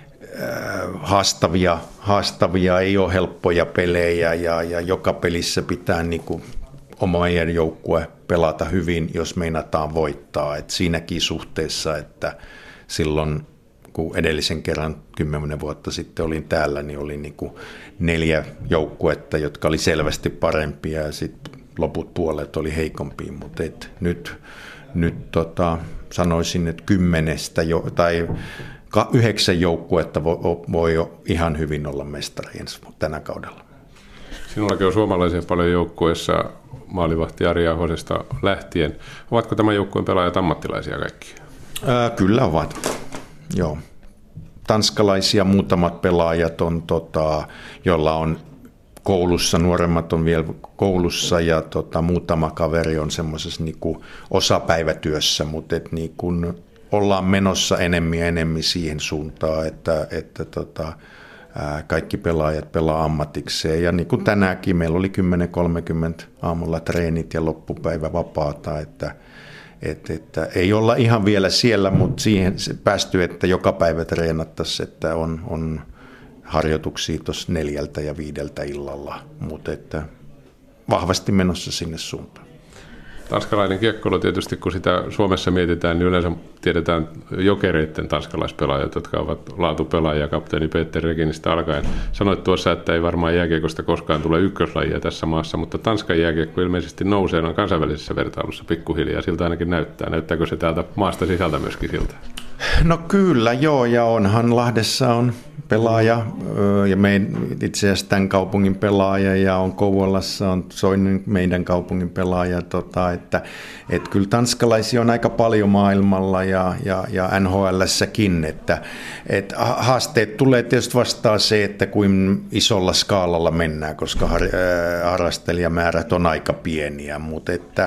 ää, haastavia, haastavia, ei ole helppoja pelejä ja, ja joka pelissä pitää niinku omaien joukkue pelata hyvin, jos meinataan voittaa. Et siinäkin suhteessa, että silloin kun edellisen kerran kymmenen vuotta sitten olin täällä, niin oli niinku neljä joukkuetta, jotka oli selvästi parempia ja sitten loput puolet oli heikompia. Mutta nyt, nyt tota, sanoisin, että kymmenestä jo, tai yhdeksän joukkuetta voi, voi jo ihan hyvin olla mestari tänä kaudella. Sinullakin on suomalaisia paljon joukkueessa maalivahti Ari Ahosesta lähtien. Ovatko tämän joukkueen pelaajat ammattilaisia kaikki? Ää, kyllä ovat, joo. Tanskalaisia muutamat pelaajat on, tota, joilla on koulussa, nuoremmat on vielä koulussa ja tota, muutama kaveri on semmoisessa niinku osapäivätyössä, mutta et niinku ollaan menossa enemmän ja enemmän siihen suuntaan, että, että tota, kaikki pelaajat pelaa ammatikseen ja niin kuin tänäänkin meillä oli kymmenen kolmekymmentä aamulla treenit ja loppupäivä vapaata, että, että, että ei olla ihan vielä siellä, mutta siihen päästy, että joka päivä treenattaisiin, että on, on harjoituksia tuossa neljältä ja viideltä illalla, mutta että vahvasti menossa sinne suuntaan. Tanskalainen kiekkoilu tietysti, kun sitä Suomessa mietitään, niin yleensä tiedetään Jokereiden tanskalaispelaajat, jotka ovat laatupelaajia kapteeni Peter Reginistä alkaen. Sanoit tuossa, että ei varmaan jääkiekosta koskaan tule ykköslajia tässä maassa, mutta Tanskan jääkiekko ilmeisesti nousee noin kansainvälisessä vertailussa pikkuhiljaa. Siltä ainakin näyttää. Näyttääkö se täältä maasta sisältä myöskin siltä? No kyllä, joo, ja onhan Lahdessa on pelaaja, ja me, itse asiassa tämän kaupungin pelaaja, ja on Kouvolassa on Soinin meidän kaupungin pelaaja, tota, että et kyllä tanskalaisia on aika paljon maailmalla ja, ja, ja N H L:ssäkin, että et haasteet tulee tietysti vastaan se, että kuin isolla skaalalla mennään, koska har, äh, harrastelijamäärät on aika pieniä, mutta että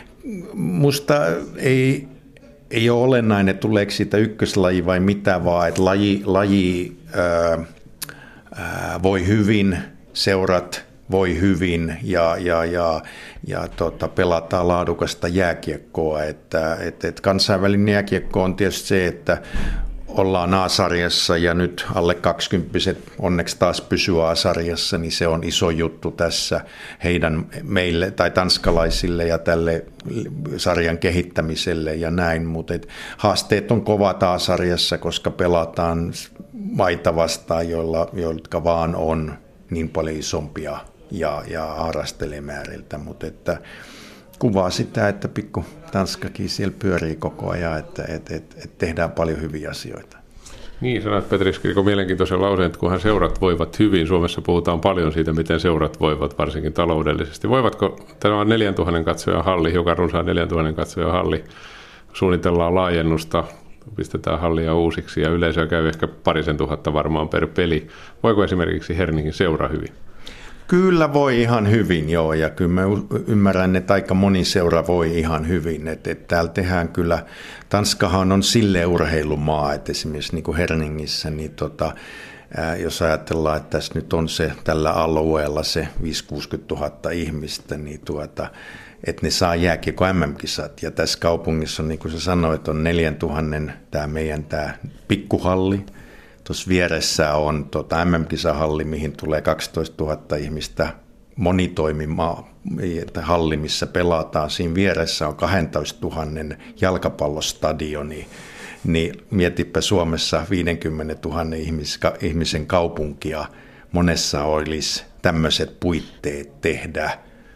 musta ei... Ei ole olennainen, että tuleeko siitä ykköslaji vai mitä, vaan että laji, laji ää, ää, voi hyvin, seurat voi hyvin ja, ja, ja, ja tota, pelataan laadukasta jääkiekkoa. Että, et, et kansainvälinen jääkiekko on tietysti se, että ollaan A-sarjassa ja nyt alle kaksikymppiset onneksi taas pysyy A-sarjassa, niin se on iso juttu tässä heidän meille tai tanskalaisille ja tälle sarjan kehittämiselle ja näin, mutta haasteet on kovat A-sarjassa, koska pelataan maita vastaan, joilla, jotka vaan on niin paljon isompia ja, ja harrastelemääriltä, mutta että kuvaa sitä, että pikku Tanskakin siellä pyörii koko ajan, että, että, että, että tehdään paljon hyviä asioita. Niin, sanoit Petri Skriko mielenkiintoisen lauseen, että kunhan seurat voivat hyvin. Suomessa puhutaan paljon siitä, miten seurat voivat, varsinkin taloudellisesti. Voivatko, tämä on neljäntuhannen katsojan halli, joka runsaan neljäntuhannen katsojan halli, suunnitellaan laajennusta, pistetään hallia uusiksi ja yleisöä käy ehkä parisen tuhatta varmaan per peli. Voiko esimerkiksi Herningin seura hyvin? Kyllä voi ihan hyvin, joo, ja kyllä mä ymmärrän, että aika moni seura voi ihan hyvin. Että, että täällä tehdään kyllä, Tanskahan on silleen urheilumaa, että esimerkiksi niin kuin Herningissä, niin tota, ää, jos ajatellaan, että tässä nyt on se tällä alueella se viisikymmentä kuusikymmentä tuhatta ihmistä, niin tuota, että ne saa jääkiekko M M-kisat. Ja tässä kaupungissa on, niin kuin sä sanoit, on neljäntuhannen tämä meidän tämä pikkuhalli. Tuossa vieressä on tota M M-kisahalli, mihin tulee kaksitoistatuhatta ihmistä, monitoimimaa, halli, missä pelataan. Siinä vieressä on kaksitoistatuhatta jalkapallostadioni. Niin mietipä Suomessa viisikymmentätuhatta ihmisen kaupunkia. Monessa olisi tämmöiset puitteet tehdä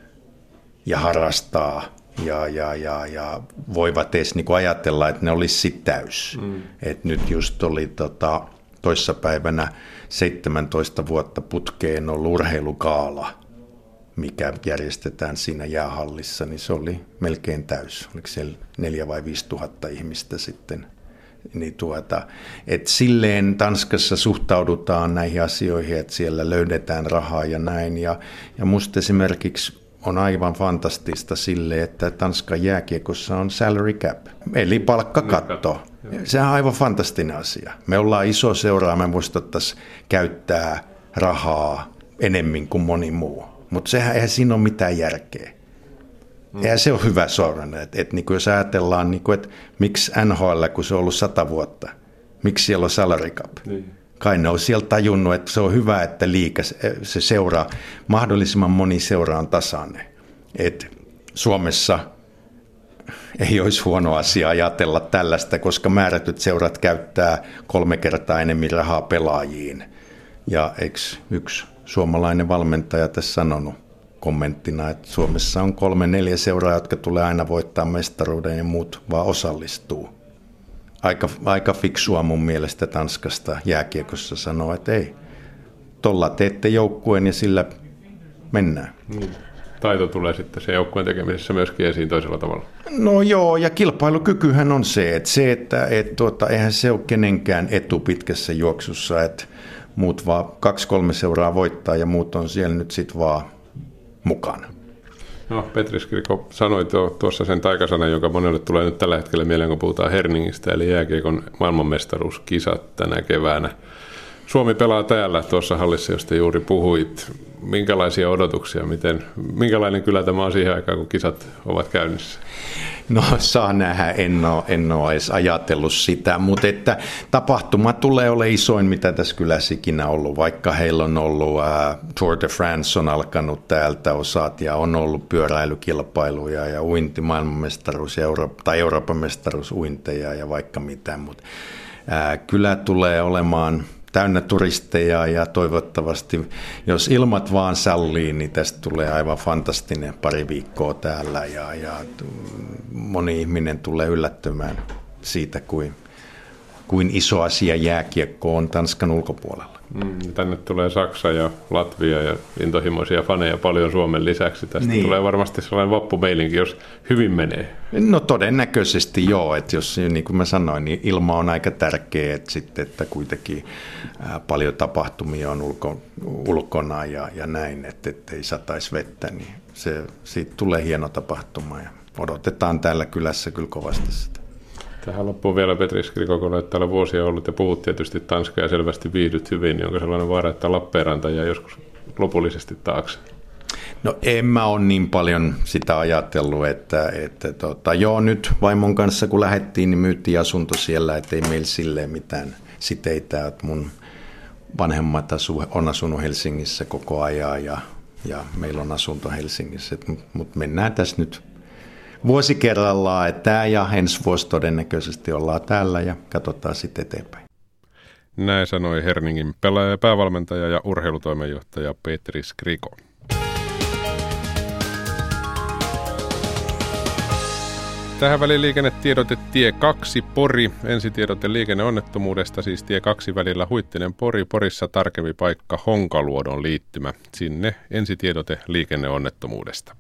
ja harrastaa. Ja, ja, ja, ja voivat edes niin kuin ajatella, että ne olisi sitten täys. Mm. Et nyt just oli tota, toissapäivänä seitsemäntoista vuotta putkeen ollut urheilugaala, mikä järjestetään siinä jäähallissa, niin se oli melkein täys. Oliko siellä neljä vai viisi tuhatta ihmistä sitten? Niin tuota, et silleen Tanskassa suhtaudutaan näihin asioihin, että siellä löydetään rahaa ja näin. Ja, ja musta esimerkiksi on aivan fantastista sille, että Tanskan jääkiekossa on salary cap, eli palkkakatto. Se on aivan fantastinen asia. Me ollaan iso seura, me voisittaisiin käyttää rahaa enemmän kuin moni muu. Mutta sehän eihän siinä ole mitään järkeä. Mm. Eihän se ole hyvä seurana. Et, et, niin jos ajatellaan, niin kuin, että miksi N H L, kun se on ollut sata vuotta, miksi siellä on salary cap? Niin. Kai ne on siellä tajunnut, että se on hyvä, että liiga, se seuraa, mahdollisimman moni seura on tasainen. Et Suomessa ei olisi huono asia ajatella tällaista, koska määrätyt seurat käyttää kolme kertaa enemmän rahaa pelaajiin. Ja eikö yksi suomalainen valmentaja tässä sanonut kommenttina, että Suomessa on kolme neljä seuraa, jotka tulee aina voittaa mestaruuden ja muut vaan osallistuu. Aika, aika fiksua mun mielestä Tanskasta jääkiekossa sanoa, että ei, tuolla teette joukkueen ja sillä mennään. Mm. Taito tulee sitten se joukkueen tekemisessä myöskin esiin toisella tavalla. No joo, ja kilpailukykyhän on se, että, se, että et, tuota, eihän se ole kenenkään etu pitkässä juoksussa, että muut vaan kaksi kolme seuraa voittaa ja muut on siellä nyt sitten vaan mukana. No, Petri Skriko sanoi tuossa sen taikasanan, jonka monelle tulee nyt tällä hetkellä mieleen, kun puhutaan Herningistä, eli jääkiekon maailmanmestaruuskisat tänä keväänä. Suomi pelaa täällä tuossa hallissa, josta juuri puhuit. Minkälaisia odotuksia, miten, minkälainen kyllä tämä on siihen aikaan, kun kisat ovat käynnissä? No saa nähdä, en ole, en ole edes ajatellut sitä, mutta että tapahtuma tulee olemaan isoin, mitä tässä kylässä ikinä ollut, vaikka heillä on ollut uh, Tour de France on alkanut täältä osat ja on ollut pyöräilykilpailuja ja uinti maailmanmestaruus ja Euro- tai Euroopan mestaruus uinteja ja vaikka mitä, mutta uh, kylä tulee olemaan täynnä turisteja ja toivottavasti, jos ilmat vaan sallii, niin tästä tulee aivan fantastinen pari viikkoa täällä ja, ja moni ihminen tulee yllättymään siitä, kuin, kuin iso asia jääkiekko on Tanskan ulkopuolella. Mm, tänne tulee Saksa ja Latvia ja intohimoisia faneja paljon Suomen lisäksi. Tästä niin tulee varmasti sellainen vappumeilinki, jos hyvin menee. No todennäköisesti joo, että jos niin kuin mä sanoin, niin ilma on aika tärkeä, että, sitten, että kuitenkin ää, paljon tapahtumia on ulko, ulkona ja, ja näin, että, että ei sataisi vettä, niin se, siitä tulee hieno tapahtuma ja odotetaan täällä kylässä kyllä kovasti sitä. Tähän loppuun vielä Petri Skriko, kun olet täällä vuosia ollut ja puhut tietysti tanskaa ja selvästi viihdyt hyvin, niin onko sellainen vaara, että Lappeenranta jää joskus lopullisesti taakse? No en mä ole niin paljon sitä ajatellut, että, että tota, joo nyt vaimon kanssa kun lähdettiin, niin myytiin asunto siellä, että ei meillä silleen mitään siteitä, että mun vanhemmat asu, on asunut Helsingissä koko ajan ja, ja meillä on asunto Helsingissä, mutta mennään tässä nyt vuosi kerrallaan, että tämä ja ensi vuosi todennäköisesti ollaan täällä ja katsotaan sitten eteenpäin. Näin sanoi Herningin pelaaja, päävalmentaja ja urheilutoimenjohtaja Petri Skriko. Tähän väliin liikennetiedote tie kaksi Pori. Ensitiedote liikenneonnettomuudesta, siis tie kaksi välillä Huittinen Pori. Porissa tarkempi paikka Honkaluodon liittymä. Sinne ensitiedote liikenneonnettomuudesta.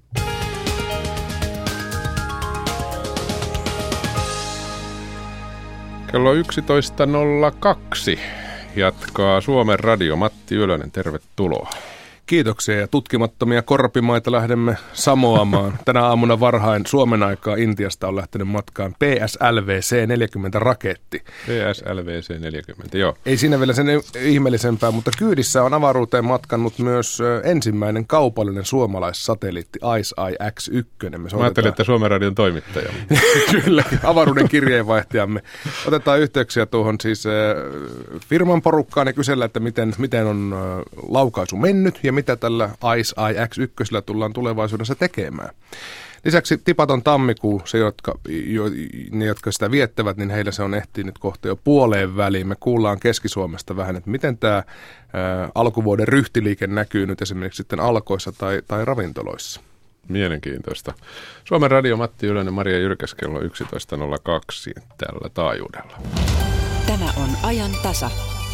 Kello yksitoista nolla kaksi jatkaa Suomen Radio. Matti Ylönen, tervetuloa. Kiitoksia ja tutkimattomia korpimaita lähdemme samoamaan. Tänä aamuna varhain Suomen aikaa Intiasta on lähtenyt matkaan P S L V C neljäkymmentä raketti. P S L V C neljäkymmentä, joo. Ei siinä vielä sen ihmeellisempää, mutta kyydissä on avaruuteen matkannut myös ensimmäinen kaupallinen suomalaissatelliitti ICEYE X yksi. Me Mä ajattelin, että Suomen Radion toimittaja. Kyllä, avaruuden kirjeenvaihtajamme. Otetaan yhteyksiä tuohon siis firman porukkaan ja kysellä, että miten, miten on laukaisu mennyt ja mitä tällä ICEYE X yksi tullaan tulevaisuudessa tekemään. Lisäksi tipaton tammikuu, se, jotka, jo, ne jotka sitä viettävät, niin heillä se on ehtinyt kohta jo puoleen väliin. Me kuullaan Keski-Suomesta vähän, että miten tämä ää, alkuvuoden ryhtiliike näkyy nyt esimerkiksi sitten alkoissa tai, tai ravintoloissa. Mielenkiintoista. Suomen Radio, Matti Ylönen, Maria Jyrkäs, kello yksitoista nolla kaksi tällä taajuudella. Tämä on ajan tasa.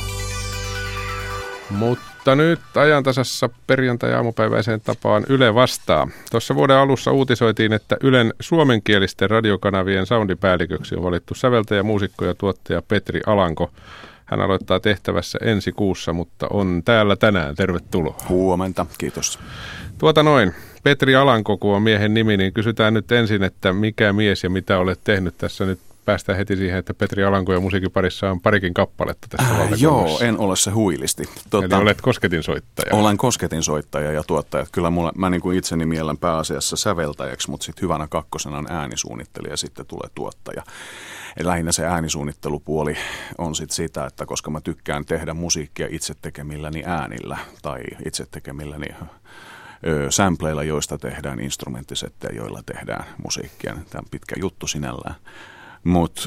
Mutta nyt ajantasassa perjantai-aamupäiväiseen tapaan Yle vastaa. Tuossa vuoden alussa uutisoitiin, että Ylen suomenkielisten radiokanavien soundipäälliköksi on valittu säveltäjä, muusikko ja tuottaja Petri Alanko. Hän aloittaa tehtävässä ensi kuussa, mutta on täällä tänään. Tervetuloa. Huomenta, kiitos. Tuota noin, Petri Alanko, kun on miehen nimi, niin kysytään nyt ensin, että mikä mies ja mitä olet tehnyt tässä nyt. Päästään heti siihen, että Petri Alanko ja musiikin parissa on parikin kappaletta tässä äh, Joo, en ole se huilisti. Tuota, Eli olet kosketinsoittaja. Olen kosketinsoittaja ja tuottaja. Kyllä mulla, mä niin kuin itseni mielen pääasiassa säveltäjäksi, mutta sitten hyvänä kakkosena on äänisuunnittelija ja sitten tulee tuottaja. Eli lähinnä se äänisuunnittelupuoli on sitten sitä, että koska mä tykkään tehdä musiikkia itse tekemilläni äänillä tai itse tekemilläni ö, sampleilla, joista tehdään instrumenttisettejä, joilla tehdään musiikkia. Tämä on pitkä juttu sinällään. Mutta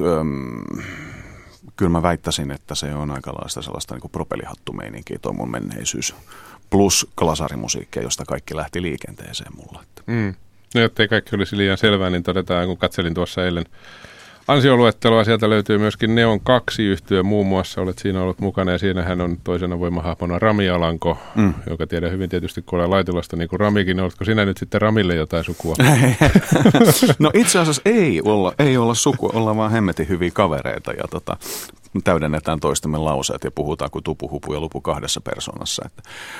kyllä mä väittäisin, että se on aikalaista sellaista niin kuin propelihattumeininkiä tuo mun menneisyys. Plus glasarimusiikkia, josta kaikki lähti liikenteeseen mulla. Mm. No jottei kaikki olisi liian selvää, niin todetaan, kun katselin tuossa eilen ansioluetteloa, sieltä löytyy myöskin Neon kaksi -yhtye muun muassa, olet siinä ollut mukana ja siinähän on toisena voimahahmona Rami Alanko, mm. joka tiedän hyvin tietysti kun olen Laitilasta niin kuin Ramikin, oletko sinä nyt sitten Ramille jotain sukua? No itse asiassa ei olla, ei olla sukua, ollaan vaan hemmetin hyviä kavereita ja tota, täydennetään toistemme lauseet ja puhutaan kuin tupu, hupu ja lupu kahdessa persoonassa.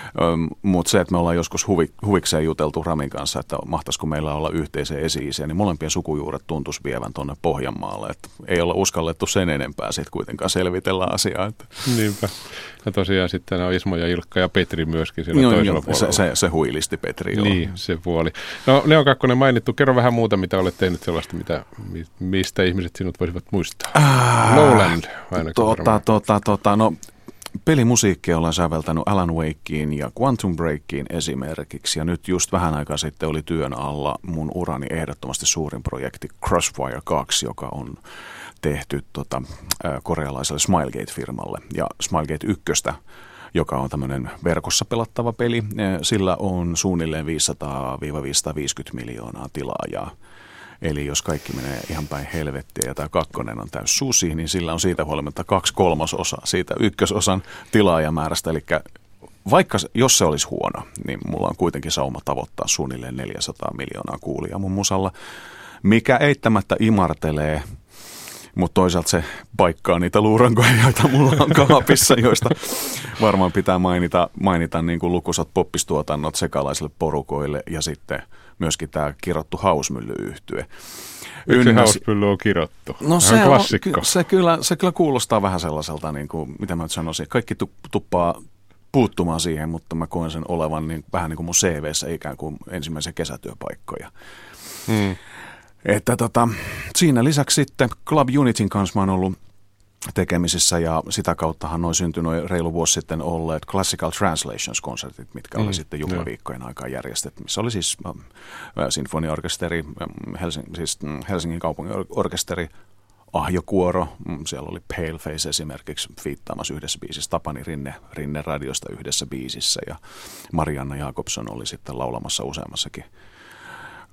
Mutta se, että me ollaan joskus huvi, huvikseen juteltu Ramin kanssa, että mahtaisiko meillä olla yhteisiä esi-isiä, niin molempien sukujuuret tuntuisi vievän tuonne Pohjanmaalle. Että ei olla uskallettu sen enempää sitten kuitenkaan selvitellä asiaa. Että. Niinpä. Ja tosiaan sitten on Ismo ja Ilkka ja Petri myöskin siellä no, toisella jo, puolella. Se, se, se huilisti Petri. Joo. Niin, se puoli. No Neon kakkonen mainittu. Kerro vähän muuta, mitä olet tehnyt sellaista, mitä, mistä ihmiset sinut voisivat muistaa. Ah, Lowland. Tota, tota, tota, no, pelimusiikkia olen säveltänyt Alan Wakeen ja Quantum Breakiin esimerkiksi. Ja nyt just vähän aikaa sitten oli työn alla mun urani ehdottomasti suurin projekti Crossfire kaksi, joka on tehty tota, korealaiselle Smilegate-firmalle. Ja Smilegate yksi, joka on tämmöinen verkossa pelattava peli, sillä on suunnilleen viisisataa viisisataaviisikymmentä miljoonaa tilaajaa. Eli jos kaikki menee ihan päin helvettiä ja tämä kakkonen on täys susi, niin sillä on siitä huolimatta kaksi kolmasosaa siitä ykkösosan tilaajamäärästä. Eli vaikka jos se olisi huono, niin mulla on kuitenkin sauma tavoittaa suunnilleen neljäsataa miljoonaa kuulijaa mun musalla, mikä eittämättä imartelee. Mutta toisaalta se paikkaa niitä luurankoja, joita mulla on kaapissa, joista varmaan pitää mainita, mainita niin kuin lukuisat poppistuotannot sekalaisille porukoille ja sitten myöskin tämä kirottu Hausmylly-yhtye. Yksi Hausmylly on kirottu. No se, on, se, kyllä, se kyllä kuulostaa vähän sellaiselta, niin kuin, mitä mä nyt sanoisin, kaikki tuppaa puuttumaan siihen, mutta mä koen sen olevan niin, vähän niin kuin mun C V:ssä ikään kuin ensimmäisiä kesätyöpaikkoja. Hmm. Että tota, siinä lisäksi sitten Club Unityn kanssa mä oon ollut tekemisissä ja sitä kauttahan on syntynyt reilu vuosi sitten olleet Classical Translations-konsertit, mitkä mm, oli sitten juhlaviikkojen aikaan järjestetty, missä oli siis äh, sinfoniaorkesteri, Helsing, siis Helsingin kaupungin orkesteri, ahjokuoro, siellä oli Paleface esimerkiksi fiittaamassa yhdessä biisissä, Tapani Rinne, Rinne radiosta yhdessä biisissä ja Marianna Jakobson oli sitten laulamassa useammassakin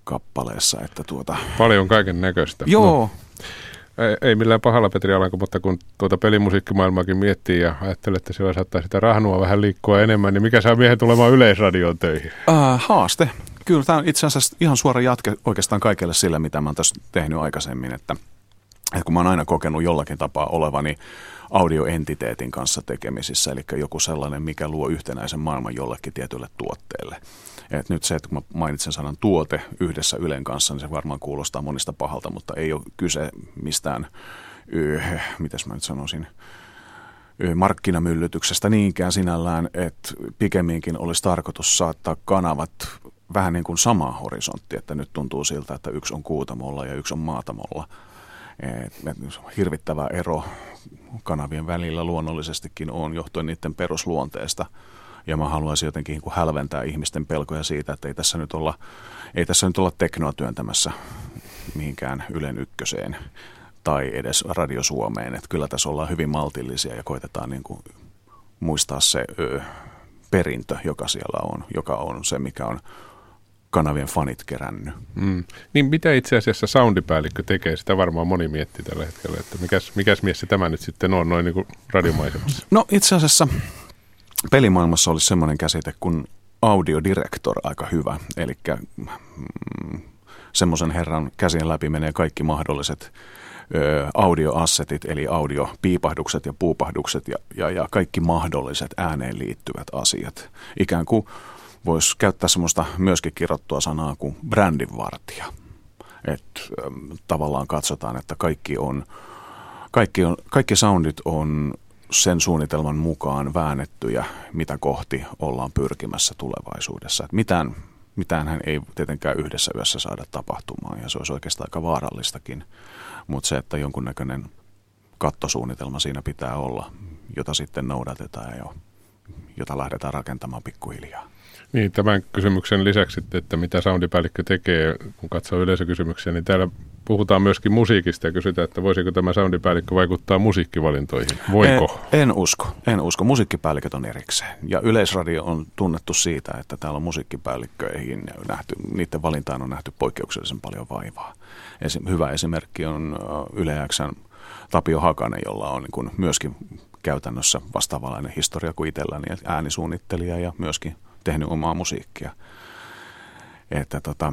kappaleessa. Että tuota... Paljon kaiken näköistä. Joo. No. Ei, ei millään pahalla, Petri Alanko, mutta kun tuota pelimusiikkimaailmaakin miettii ja ajattelee, että siellä saattaa sitä rahnua vähän liikkua enemmän, niin mikä saa miehen tulemaan Yleisradioon töihin? Äh, haaste. Kyllä tämä on itse asiassa ihan suora jatke oikeastaan kaikelle sillä, mitä mä oon tässä tehnyt aikaisemmin, että, että kun mä oon aina kokenut jollakin tapaa olevani audioentiteetin kanssa tekemisissä, eli joku sellainen, mikä luo yhtenäisen maailman jollekin tietylle tuotteelle. Et nyt se, että kun mä mainitsen sanan tuote yhdessä Ylen kanssa, niin se varmaan kuulostaa monista pahalta, mutta ei ole kyse mistään, öö, mitäs mä nyt sanoisin, öö, markkinamyllytyksestä niinkään sinällään, että pikemminkin olisi tarkoitus saattaa kanavat vähän niin kuin samaa horisonttia, että nyt tuntuu siltä, että yksi on Kuutamolla ja yksi on Maatamolla. Et, et, hirvittävä ero kanavien välillä luonnollisestikin on johtuen niiden perusluonteesta. Ja mä haluaisin jotenkin niin kuin hälventää ihmisten pelkoja siitä, että ei tässä nyt olla, ei tässä nyt olla teknoa työntämässä mihinkään Ylen ykköseen tai edes Radio Suomeen. Että kyllä tässä ollaan hyvin maltillisia ja koitetaan niin kuin muistaa se ö, perintö, joka siellä on, joka on se, mikä on kanavien fanit kerännyt. Mm. Niin mitä itse asiassa soundipäällikkö tekee? Sitä varmaan moni miettii tällä hetkellä, että mikäs, mikäs mies se tämä nyt sitten on noin niin kuin radiomaisemassa? No itse asiassa pelimaailmassa olisi semmoinen käsite kuin audiodirektor aika hyvä, eli mm, semmoisen herran käsien läpi menee kaikki mahdolliset ö, audioassetit, eli audiopiipahdukset ja puupahdukset ja, ja, ja kaikki mahdolliset ääneen liittyvät asiat. Ikään kuin voisi käyttää semmoista myöskin kirjoittua sanaa kuin brändinvartija. Että tavallaan katsotaan, että kaikki, on, kaikki, on, kaikki soundit on sen suunnitelman mukaan väännettyjä, mitä kohti ollaan pyrkimässä tulevaisuudessa. Et mitään, mitäänhän ei tietenkään yhdessä yössä saada tapahtumaan, ja se olisi oikeastaan aika vaarallistakin. Mutta se, että jonkunnäköinen kattosuunnitelma siinä pitää olla, jota sitten noudatetaan ja jota lähdetään rakentamaan pikkuhiljaa. Niin, tämän kysymyksen lisäksi, että mitä soundipäällikkö tekee, kun katsoo yleisökysymyksiä, niin täällä puhutaan myöskin musiikista ja kysytään, että voisiko tämä soundipäällikkö vaikuttaa musiikkivalintoihin. Voiko? En, en usko. En usko. Musiikkipäälliköt on erikseen. Ja Yleisradio on tunnettu siitä, että täällä on musiikkipäällikköihin nähty, niiden valintaan on nähty poikkeuksellisen paljon vaivaa. Esim, hyvä esimerkki on Yle X:n Tapio Hakanen, jolla on niin kuin myöskin käytännössä vastaavanlainen historia kuin itselläni, äänisuunnittelija ja myöskin tehnyt omaa musiikkia. Että tota,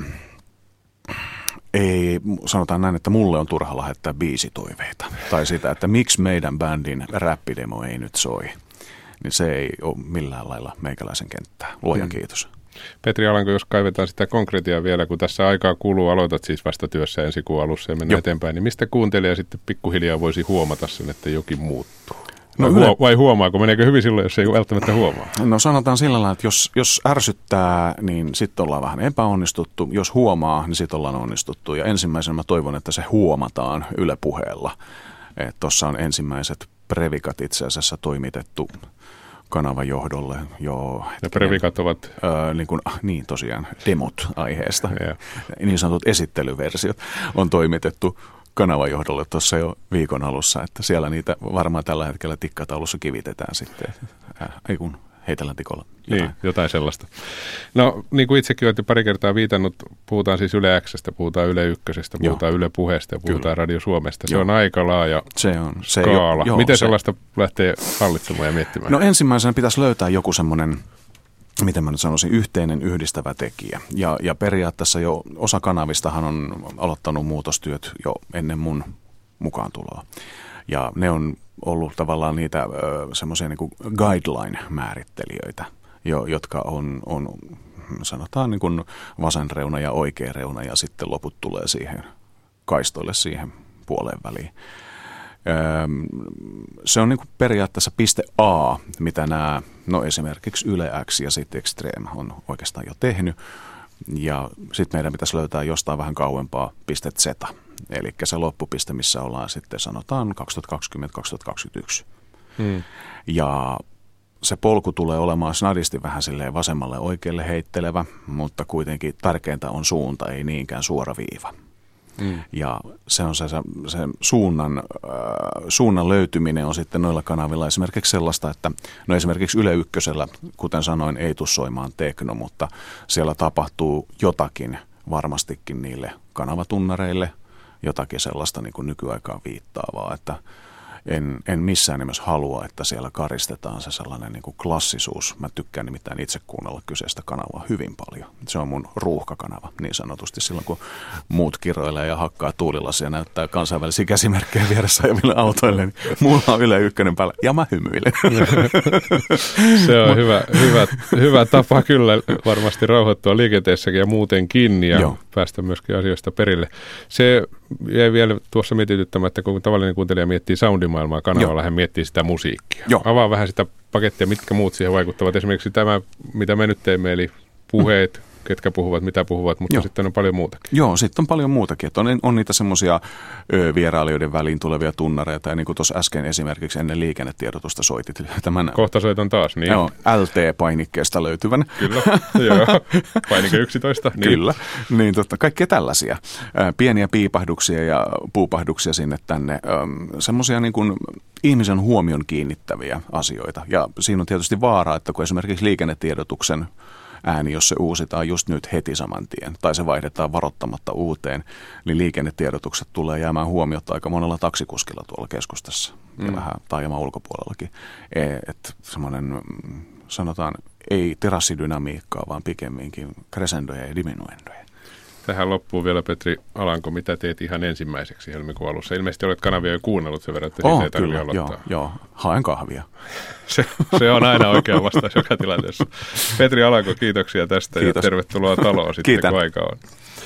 ei, sanotaan näin, että mulle on turha lähettää biisitoiveita. Tai sitä, että miksi meidän bändin räppidemo ei nyt soi. Niin se ei ole millään lailla meikäläisen kenttää. Luojan hmm. kiitos. Petri Alanko, jos kaivetaan sitä konkretiaa vielä, kun tässä aikaa kuluu, aloitat siis vasta työssä ensi kuun alussa ja mennään eteenpäin, niin mistä kuuntelija sitten pikkuhiljaa voisi huomata sen, että jokin muuttuu? No vai, yle... vai huomaako? Meneekö hyvin silloin, jos ei välttämättä huomaa? No sanotaan sillä lailla, että jos, jos ärsyttää, niin sitten ollaan vähän epäonnistuttu. Jos huomaa, niin sitten ollaan onnistuttu. Ja ensimmäisenä mä toivon, että se huomataan Yle Puheella. Tuossa on ensimmäiset previkat itse asiassa toimitettu kanavan johdolle. Joo, ja previkat ovat? Öö, niin, kuin, niin tosiaan, demot aiheesta. Yeah. Niin sanotut esittelyversiot on toimitettu kanavan johdolle tuossa jo viikon alussa, että siellä niitä varmaan tällä hetkellä tikkataulussa kivitetään sitten, äh, ei kun heitellään tikolla. Jotain. Niin, jotain sellaista. No niin kuin itsekin olette pari kertaa viitannut, puhutaan siis Yle X:stä, puhutaan Yle Ykkösestä, puhutaan Joo. Yle Puheesta ja puhutaan Kyllä. Radio Suomesta. Se Joo. on aika laaja se on, se skaala. Jo, Miten se... sellaista lähtee hallitsemaan ja miettimään? No ensimmäisenä pitäisi löytää joku semmoinen, miten mä nyt sanoisin, yhteinen yhdistävä tekijä. Ja, ja periaatteessa jo osa kanavistahan on aloittanut muutostyöt jo ennen mun mukaan tuloa. Ja ne on ollut tavallaan niitä semmoisia niin kuin guideline-määrittelijöitä, jo, jotka on, on sanotaan niin kuin vasen reuna ja oikea reuna ja sitten loput tulee siihen kaistoille siihen puoleen väliin. Se on niin kuin periaatteessa piste A, mitä nämä, no esimerkiksi Yle X ja sitten Extreme on oikeastaan jo tehnyt. Ja sitten meidän pitäisi löytää jostain vähän kauempaa piste Z, eli se loppupiste, missä ollaan sitten sanotaan kaksituhattakaksikymmentä kaksituhattakaksikymmentäyksi. Hmm. Ja se polku tulee olemaan snadisti vähän silleen vasemmalle oikealle heittelevä, mutta kuitenkin tärkeintä on suunta, ei niinkään suora viiva. Mm. Ja se on se, se, se suunnan, äh, suunnan löytyminen on sitten noilla kanavilla esimerkiksi sellaista, että no esimerkiksi Yle Ykkösellä, kuten sanoin, ei tule soimaan tekno, mutta siellä tapahtuu jotakin varmastikin niille kanavatunnareille jotakin sellaista niin kuin nykyaikaan viittaavaa, että En, en missään nimessä halua, että siellä karistetaan se sellainen niin kuin klassisuus. Mä tykkään nimittäin itse kuunnella kyseistä kanavaa hyvin paljon. Se on mun ruuhkakanava niin sanotusti silloin, kun muut kiroilee ja hakkaa tuulilasia ja näyttää kansainvälisiä käsimerkkejä vieressä ajaville autoille. Niin mulla on Yle Ykkönen päällä ja mä hymyilen. Se on hyvä, hyvä, hyvä tapa kyllä varmasti rauhoittua liikenteessäkin ja muutenkin ja Joo. päästä myöskin asioista perille. Se jäi vielä tuossa mietityttämään, että kun tavallinen kuuntelija miettii soundimaailmaa kanavalla, hän miettii sitä musiikkia. Joo. Avaa vähän sitä pakettia, mitkä muut siihen vaikuttavat. Esimerkiksi tämä, mitä me nyt teemme, eli puheet, mm. ketkä puhuvat, mitä puhuvat, mutta Joo. sitten on paljon muutakin. Joo, sitten on paljon muutakin. Että on, on niitä semmoisia vierailijoiden väliin tulevia tunnareita, ja niin kuin tuossa äsken esimerkiksi ennen liikennetiedotusta soitit. Tämän, Kohta soitan taas, niin. Joo, L T-painikkeesta löytyvän. Kyllä, joo, painike yksitoista. Niin. Kyllä, niin totta, kaikkea tällaisia. Pieniä piipahduksia ja puupahduksia sinne tänne. Semmoisia niin kuin ihmisen huomion kiinnittäviä asioita. Ja siinä on tietysti vaara, että kun esimerkiksi liikennetiedotuksen ääni, jos se uusitaan just nyt heti saman tien, tai se vaihdetaan varoittamatta uuteen, niin liikennetiedotukset tulee jäämään huomiota aika monella taksikuskilla tuolla keskustassa mm. ja vähän taajaman ulkopuolellakin. Että semmoinen, sanotaan, ei terassidynamiikkaa, vaan pikemminkin crescendoja ja diminuendoja. Tähän loppuu vielä, Petri Alanko, mitä teet ihan ensimmäiseksi helmikuun alussa? Ilmeisesti olet kanavia jo kuunnellut sen verran, että oh, siitä ei tarvitse aloittaa. Joo, joo, haen kahvia. Se, se on aina oikea vastaus joka tilanteessa. Petri Alanko, kiitoksia tästä Kiitos. Ja tervetuloa taloon sitten, Kiitän. Kun aika on.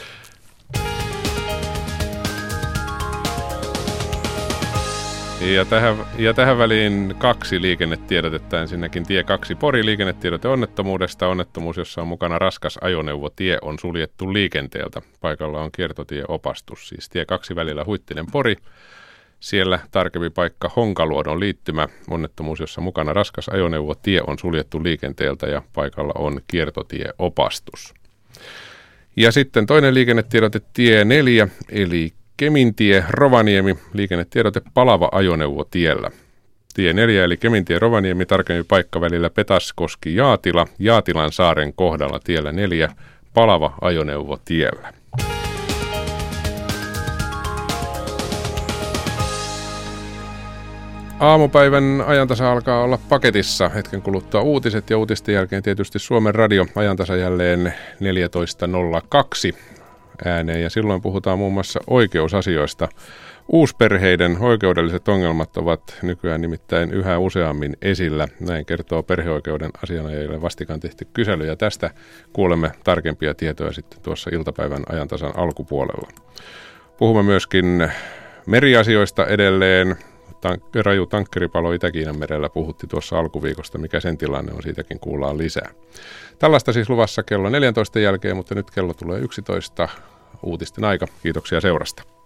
Ja tähän, ja tähän väliin kaksi liikennetiedotetta. Ensinnäkin tie kaksi Pori liikennetiedote onnettomuudesta. Onnettomuus, jossa on mukana raskas ajoneuvo. Tie on suljettu liikenteeltä. Paikalla on kiertotieopastus. Siis tie kaksi välillä Huittinen Pori. Siellä tarkempi paikka Honkaluodon liittymä. Onnettomuus, jossa mukana raskas ajoneuvo. Tie on suljettu liikenteeltä ja paikalla on kiertotieopastus. Ja sitten toinen liikennetiedote tie neljä eli Kemintie, Rovaniemi, liikennetiedote palava ajoneuvo tiellä. Tie neljä eli Kemintie, Rovaniemi, tarkemmin paikka välillä Petaskoski, Jaatila, Jaatilan saaren kohdalla tiellä neljä, palava ajoneuvo tiellä. Aamupäivän ajantasa alkaa olla paketissa. Hetken kuluttua uutiset ja uutisten jälkeen tietysti Suomen Radio ajantasa jälleen neljätoista nolla kaksi. Ääneen ja silloin puhutaan muun muassa oikeusasioista. Uusperheiden oikeudelliset ongelmat ovat nykyään nimittäin yhä useammin esillä. Näin kertoo perheoikeuden asianajajille vastikään tehty kysely ja tästä kuulemme tarkempia tietoja sitten tuossa iltapäivän ajantasan alkupuolella. Puhumme myöskin meriasioista edelleen. Tank- raju tankkeripalo Itä-Kiinan merellä puhutti tuossa alkuviikosta, mikä sen tilanne on, siitäkin kuullaan lisää. Tällaista siis luvassa kello neljätoista jälkeen, mutta nyt kello tulee yksitoista, uutisten aika. Kiitoksia seurasta.